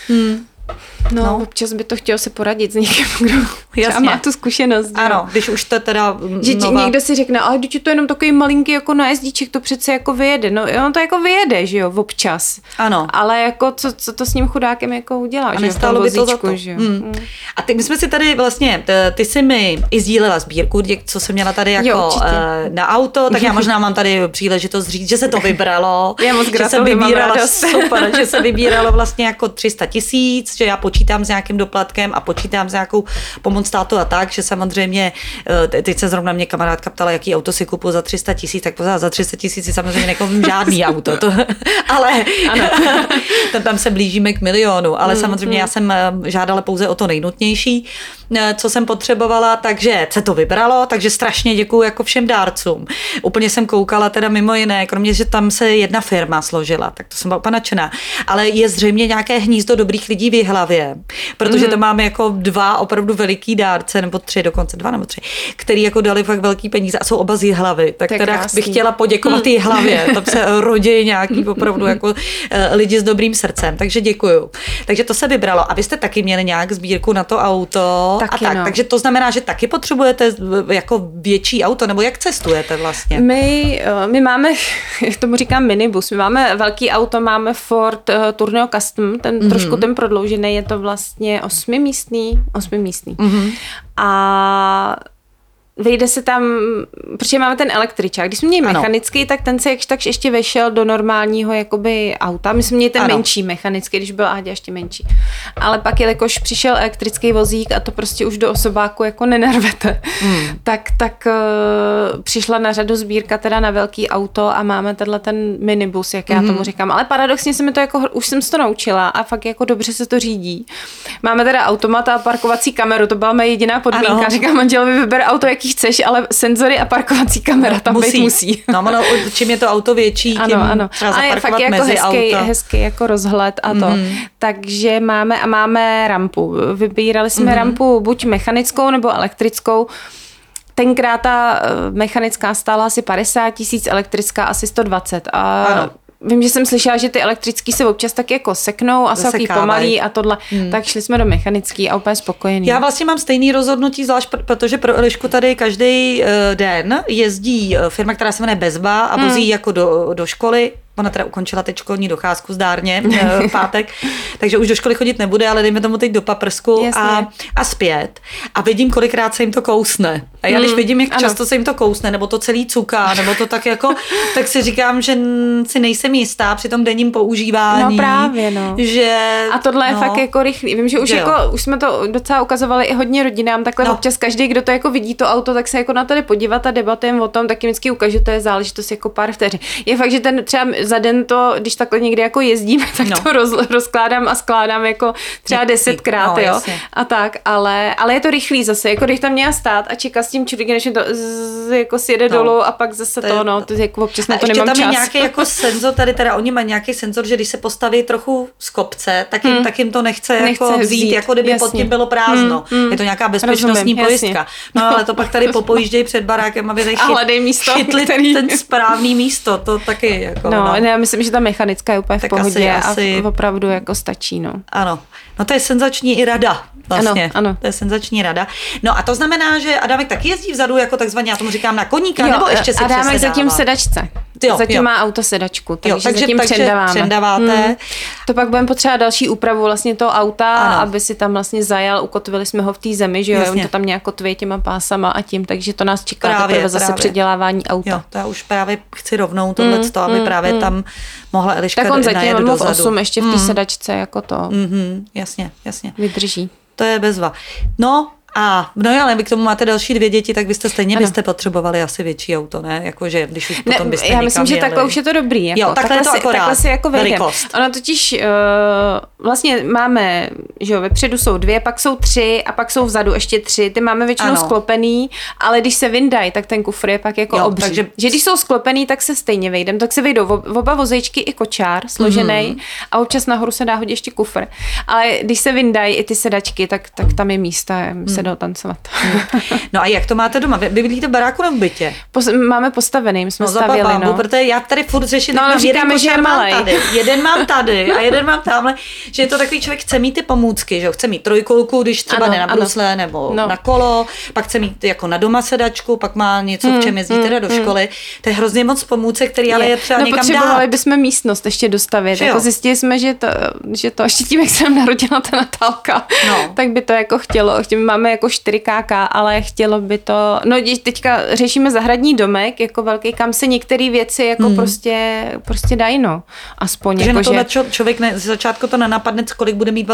No, občas by to chtělo se poradit s někým, kdo třeba má tu zkušenost. Ano, když už to teda že někdo si řekne, ale když je to jenom takový malinký jako nájezdíček, to přece jako vyjede. No, on to jako vyjede, že jo, občas. Ano. Ale jako co to s ním chudákem jako udělá, a že jo, v tom vozíčku, že jo. A my jsme si tady vlastně, ty jsi mi i sdílela sbírku, co jsem měla tady jako na auto, tak já možná mám tady příležitost říct, že se to vybralo. Já moc že se vybíralo, super, že se vybíralo vlastně jako 300 000, že já počítám s nějakým doplatkem a počítám s nějakou pomoc státu a tak, že samozřejmě, teď se zrovna mě kamarádka ptala, jaký auto si kupuju za 300 000, tak za 300 000 si samozřejmě nekoupím žádný auto, ale tam se blížíme k milionu, ale samozřejmě já jsem žádala pouze o to nejnutnější, co jsem potřebovala, takže se to vybralo, takže strašně děkuju jako všem dárcům. Úplně jsem koukala teda mimo jiné, kromě, že tam se jedna firma složila, tak to jsem byla úplně nadšená, ale je zřejmě nějaké hnízdo dobrých lidí v Jihlavě, protože tam máme jako 2 opravdu veliký dárce, nebo 3 dokonce, 2 nebo 3, který jako dali fakt velký peníze a jsou oba z Jihlavy, tak teda krásný. Bych chtěla poděkovat Jihlavě, tam se rodí nějaký opravdu jako lidi s dobrým srdcem, takže děkuju. Takže to se vybralo a vy jste taky měli nějak sbírku na to auto taky, a tak, takže to znamená, že taky potřebujete jako větší auto, nebo jak cestujete vlastně? My máme, jak tomu říkám, minibus, my máme velký auto, máme Ford Tourneo Custom, ten trošku ten prodloužený, je to vlastně 8místný. A vejde se tam, protože máme ten električák. Když jsme měli mechanický, tak ten se jakž tak ještě vešel do normálního jakoby auta. My jsme měli ten menší mechanický, když byl Áďa ještě menší. Ale pak, jelikož přišel elektrický vozík a to prostě už do osobáku jako nenarvete, tak přišla na řadu sbírka teda na velký auto a máme tenhle ten minibus, jak já tomu říkám. Ale paradoxně se mi to jako, už jsem se to naučila a fakt jako dobře se to řídí. Máme teda automat a parkovací kameru, to byla moje jediná podmínka. Říkám manželovi, vyber auto, jaký chceš, ale senzory a parkovací kamera tam být musí. No, čím je to auto větší, tím třeba zaparkovat fakt jako mezi auta. Hezký jako rozhled a to. Takže máme rampu. Vybírali jsme rampu buď mechanickou nebo elektrickou. Tenkrát ta mechanická stála asi 50 000, elektrická asi 120. A vím, že jsem slyšela, že ty elektrický se občas tak jako seknou a jsou taky pomalý a tohle. Tak šli jsme do mechanický a úplně spokojení. Já vlastně mám stejný rozhodnutí, zvlášť protože pro Elišku tady každý den jezdí firma, která se jmenuje Bezba a vozí jako do školy. Ona teda ukončila teď školní docházku zdárně v pátek, takže už do školy chodit nebude, ale dejme tomu teď do Paprsku a zpět. A vidím, kolikrát se jim to kousne. A já když vidím, jak často se jim to kousne, nebo to celý cuká, nebo to tak jako, tak si říkám, že si nejsem jistá při tom denním používání. No právě, no. Že, a tohle je fakt jako rychlý. Vím, že už jsme to docela ukazovali i hodně rodinám, takhle občas každý, kdo to jako vidí to auto, tak se jako na tady podívat a debatujeme o tom, taky vždycky ukážu, to je záležitost jako pár vteřin. Je fakt, že ten třeba za den to, když takhle někdy jako jezdíme, tak to rozkládám a skládám jako třeba 10krát, jo. Jasně. A tak, ale je to rychlý zase, jako když tam měla stát a čekat s tím člověkem, než mi to jako sjede dolů a pak zase to jako občas na to nemám čas. A ještě tam je nějaký jako senzor, tady oni mají nějaký senzor, že když se postaví trochu z kopce, tak jim to nechce jako vzít, jako kdyby pod tím bylo prázdno. Je to nějaká bezpečnostní pojistka. No ale to pak tady popojíždějí před barákem, aby chytli ten správný místo, to taky jako. Já myslím, že ta mechanická je úplně v pohodě a opravdu jako stačí, no. Ano. No to je senzační i rada. Vlastně. Ano. To je senzační rada. No a to znamená, že Adámek taky jezdí vzadu, jako takzvaně, já tomu říkám na koníka, nebo ještě se Adámek zatím v sedačce. Zatím má autosedačku, takže zatím přendáváme. To pak budeme potřebovat další úpravu vlastně toho auta, aby si tam vlastně zajel, ukotvili jsme ho v té zemi, že jo, on to tam nějak kotví těma pásama a tím, takže to nás čeká teprve zase předělávání auta. Jo, to já už právě chci rovnou tohleto, aby právě tam mohla Eliška tak on zatím mám v 8 ještě v té sedačce jako to. Jasně. Vydrží. To je bezva. No, ale vy k tomu máte další 2 děti, tak byste stejně byste potřebovali asi větší auto, ne? Jakože, když už potom byste já myslím, že takhle už je to dobrý. Jako. Jo, takhle si jako vejdem. Ono totiž vlastně máme, že jo, vepředu jsou 2, pak jsou 3 a pak jsou vzadu ještě 3. Ty máme většinou sklopený, ale když se vyndají, tak ten kufr je pak jako obří. Takže že když jsou sklopený, tak se stejně vejdem. Tak se vejdou oba vozejčky i kočár složený a občas nahoru se dá hodit ještě kufr. Ale když se vyndají i ty sedačky, tak tam je místa do tancovat. No a jak to máte doma? Vy bydlíte v baráku nebo v bytě? Máme postavený, my jsme stavěli. Protože já tady furt řeším, jeden mám tady a jeden mám tamhle, že je to takový člověk, chce mít ty pomůcky, že chce mít trojkolku, když třeba jde na brusle nebo na kolo, pak chce mít jako na doma sedačku, pak má něco, v čem jezdí teda do školy. To je hrozně moc pomůcek, který ale je třeba někam dát. Potřebovali bychom místnost ještě dostavit. Jako zjistili jsme, že to ještě tím, jak se nám narodila ta Natálka, tak by to jako chtělo. Máme jako 4KK, ale chtělo by to, teďka řešíme zahradní domek, jako velký, kam se některé věci jako prostě dají, aspoň. Takže jako, na to člověk ze začátku to nenapadne, kolik bude mít vlastně pomůcek.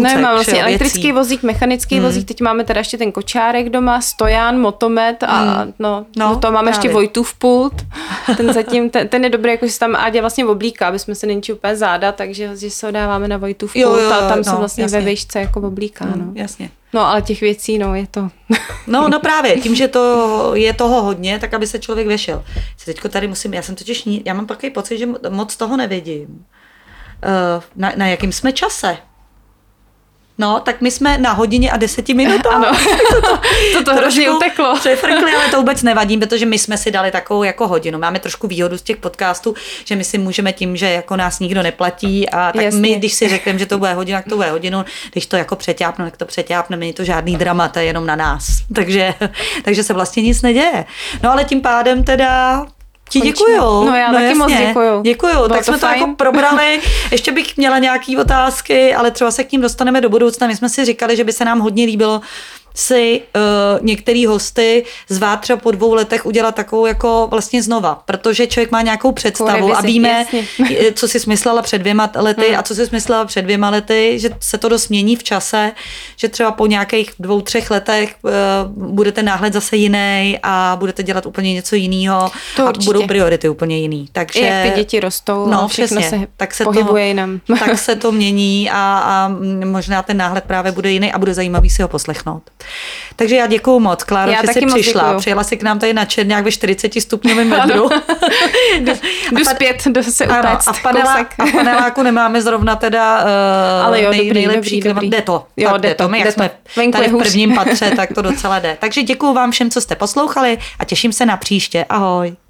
pomůcek. Ne, mám vlastně věcí. elektrický vozík, mechanický vozík, teď máme teda ještě ten kočárek doma, stojan, motomet a to máme ještě Vojtův pult, ten zatím, ten je dobrý, jako se tam Áďa vlastně oblíká, aby jsme se nenčili úplně záda, takže se ho dáváme na Vojtův pult a tam se vlastně ve výšce jako oblíká. Jasně. No, ale těch věcí, je to... No právě, tím, že to je toho hodně, tak aby se člověk vešel. Teďko tady já mám takový pocit, že moc toho nevidím. Na jakým jsme čase? No, tak my jsme na hodině a 10 minutách. Ano, to hrozně uteklo. Přefrkli, ale to vůbec nevadí, protože my jsme si dali takovou jako hodinu. Máme trošku výhodu z těch podcastů, že my si můžeme tím, že jako nás nikdo neplatí a tak jasně. My, když si řekneme, že to bude hodina, tak to bude hodinu, když to jako přeťápneme, tak to přeťápneme, není to žádný drama, to je jenom na nás. Takže se vlastně nic neděje. No ale tím pádem teda... Ti děkuju. No já taky moc děkuju. Děkuju, tak jsme to jako probrali. Ještě bych měla nějaký otázky, ale třeba se k ním dostaneme do budoucna. My jsme si říkali, že by se nám hodně líbilo si některý hosty zvát třeba po 2 letech udělat takovou jako vlastně znova, protože člověk má nějakou představu a víme, co si smyslela před 2 lety a co si smyslela před 2 lety, že se to dost mění v čase, že třeba po nějakých 2-3 letech bude ten náhled zase jiný a budete dělat úplně něco jiného a budou priority úplně jiný. Takže jak ty děti rostou a všechno se pohybuje jinam. Tak se to mění a možná ten náhled právě bude jiný a bude zajímavý si ho poslechnout. Takže já děkuju moc, Kláro, že jsi přišla. Přijela si k nám tady na Černák ve 40 stupňovém vedru. Jdu zpět, se upéct. A v paneláku nemáme zrovna teda ale jo, nejlepší klima. Jde to. Jde to. My jak jsme tady v prvním patře, tak to docela jde. Takže děkuju vám všem, co jste poslouchali a těším se na příště. Ahoj.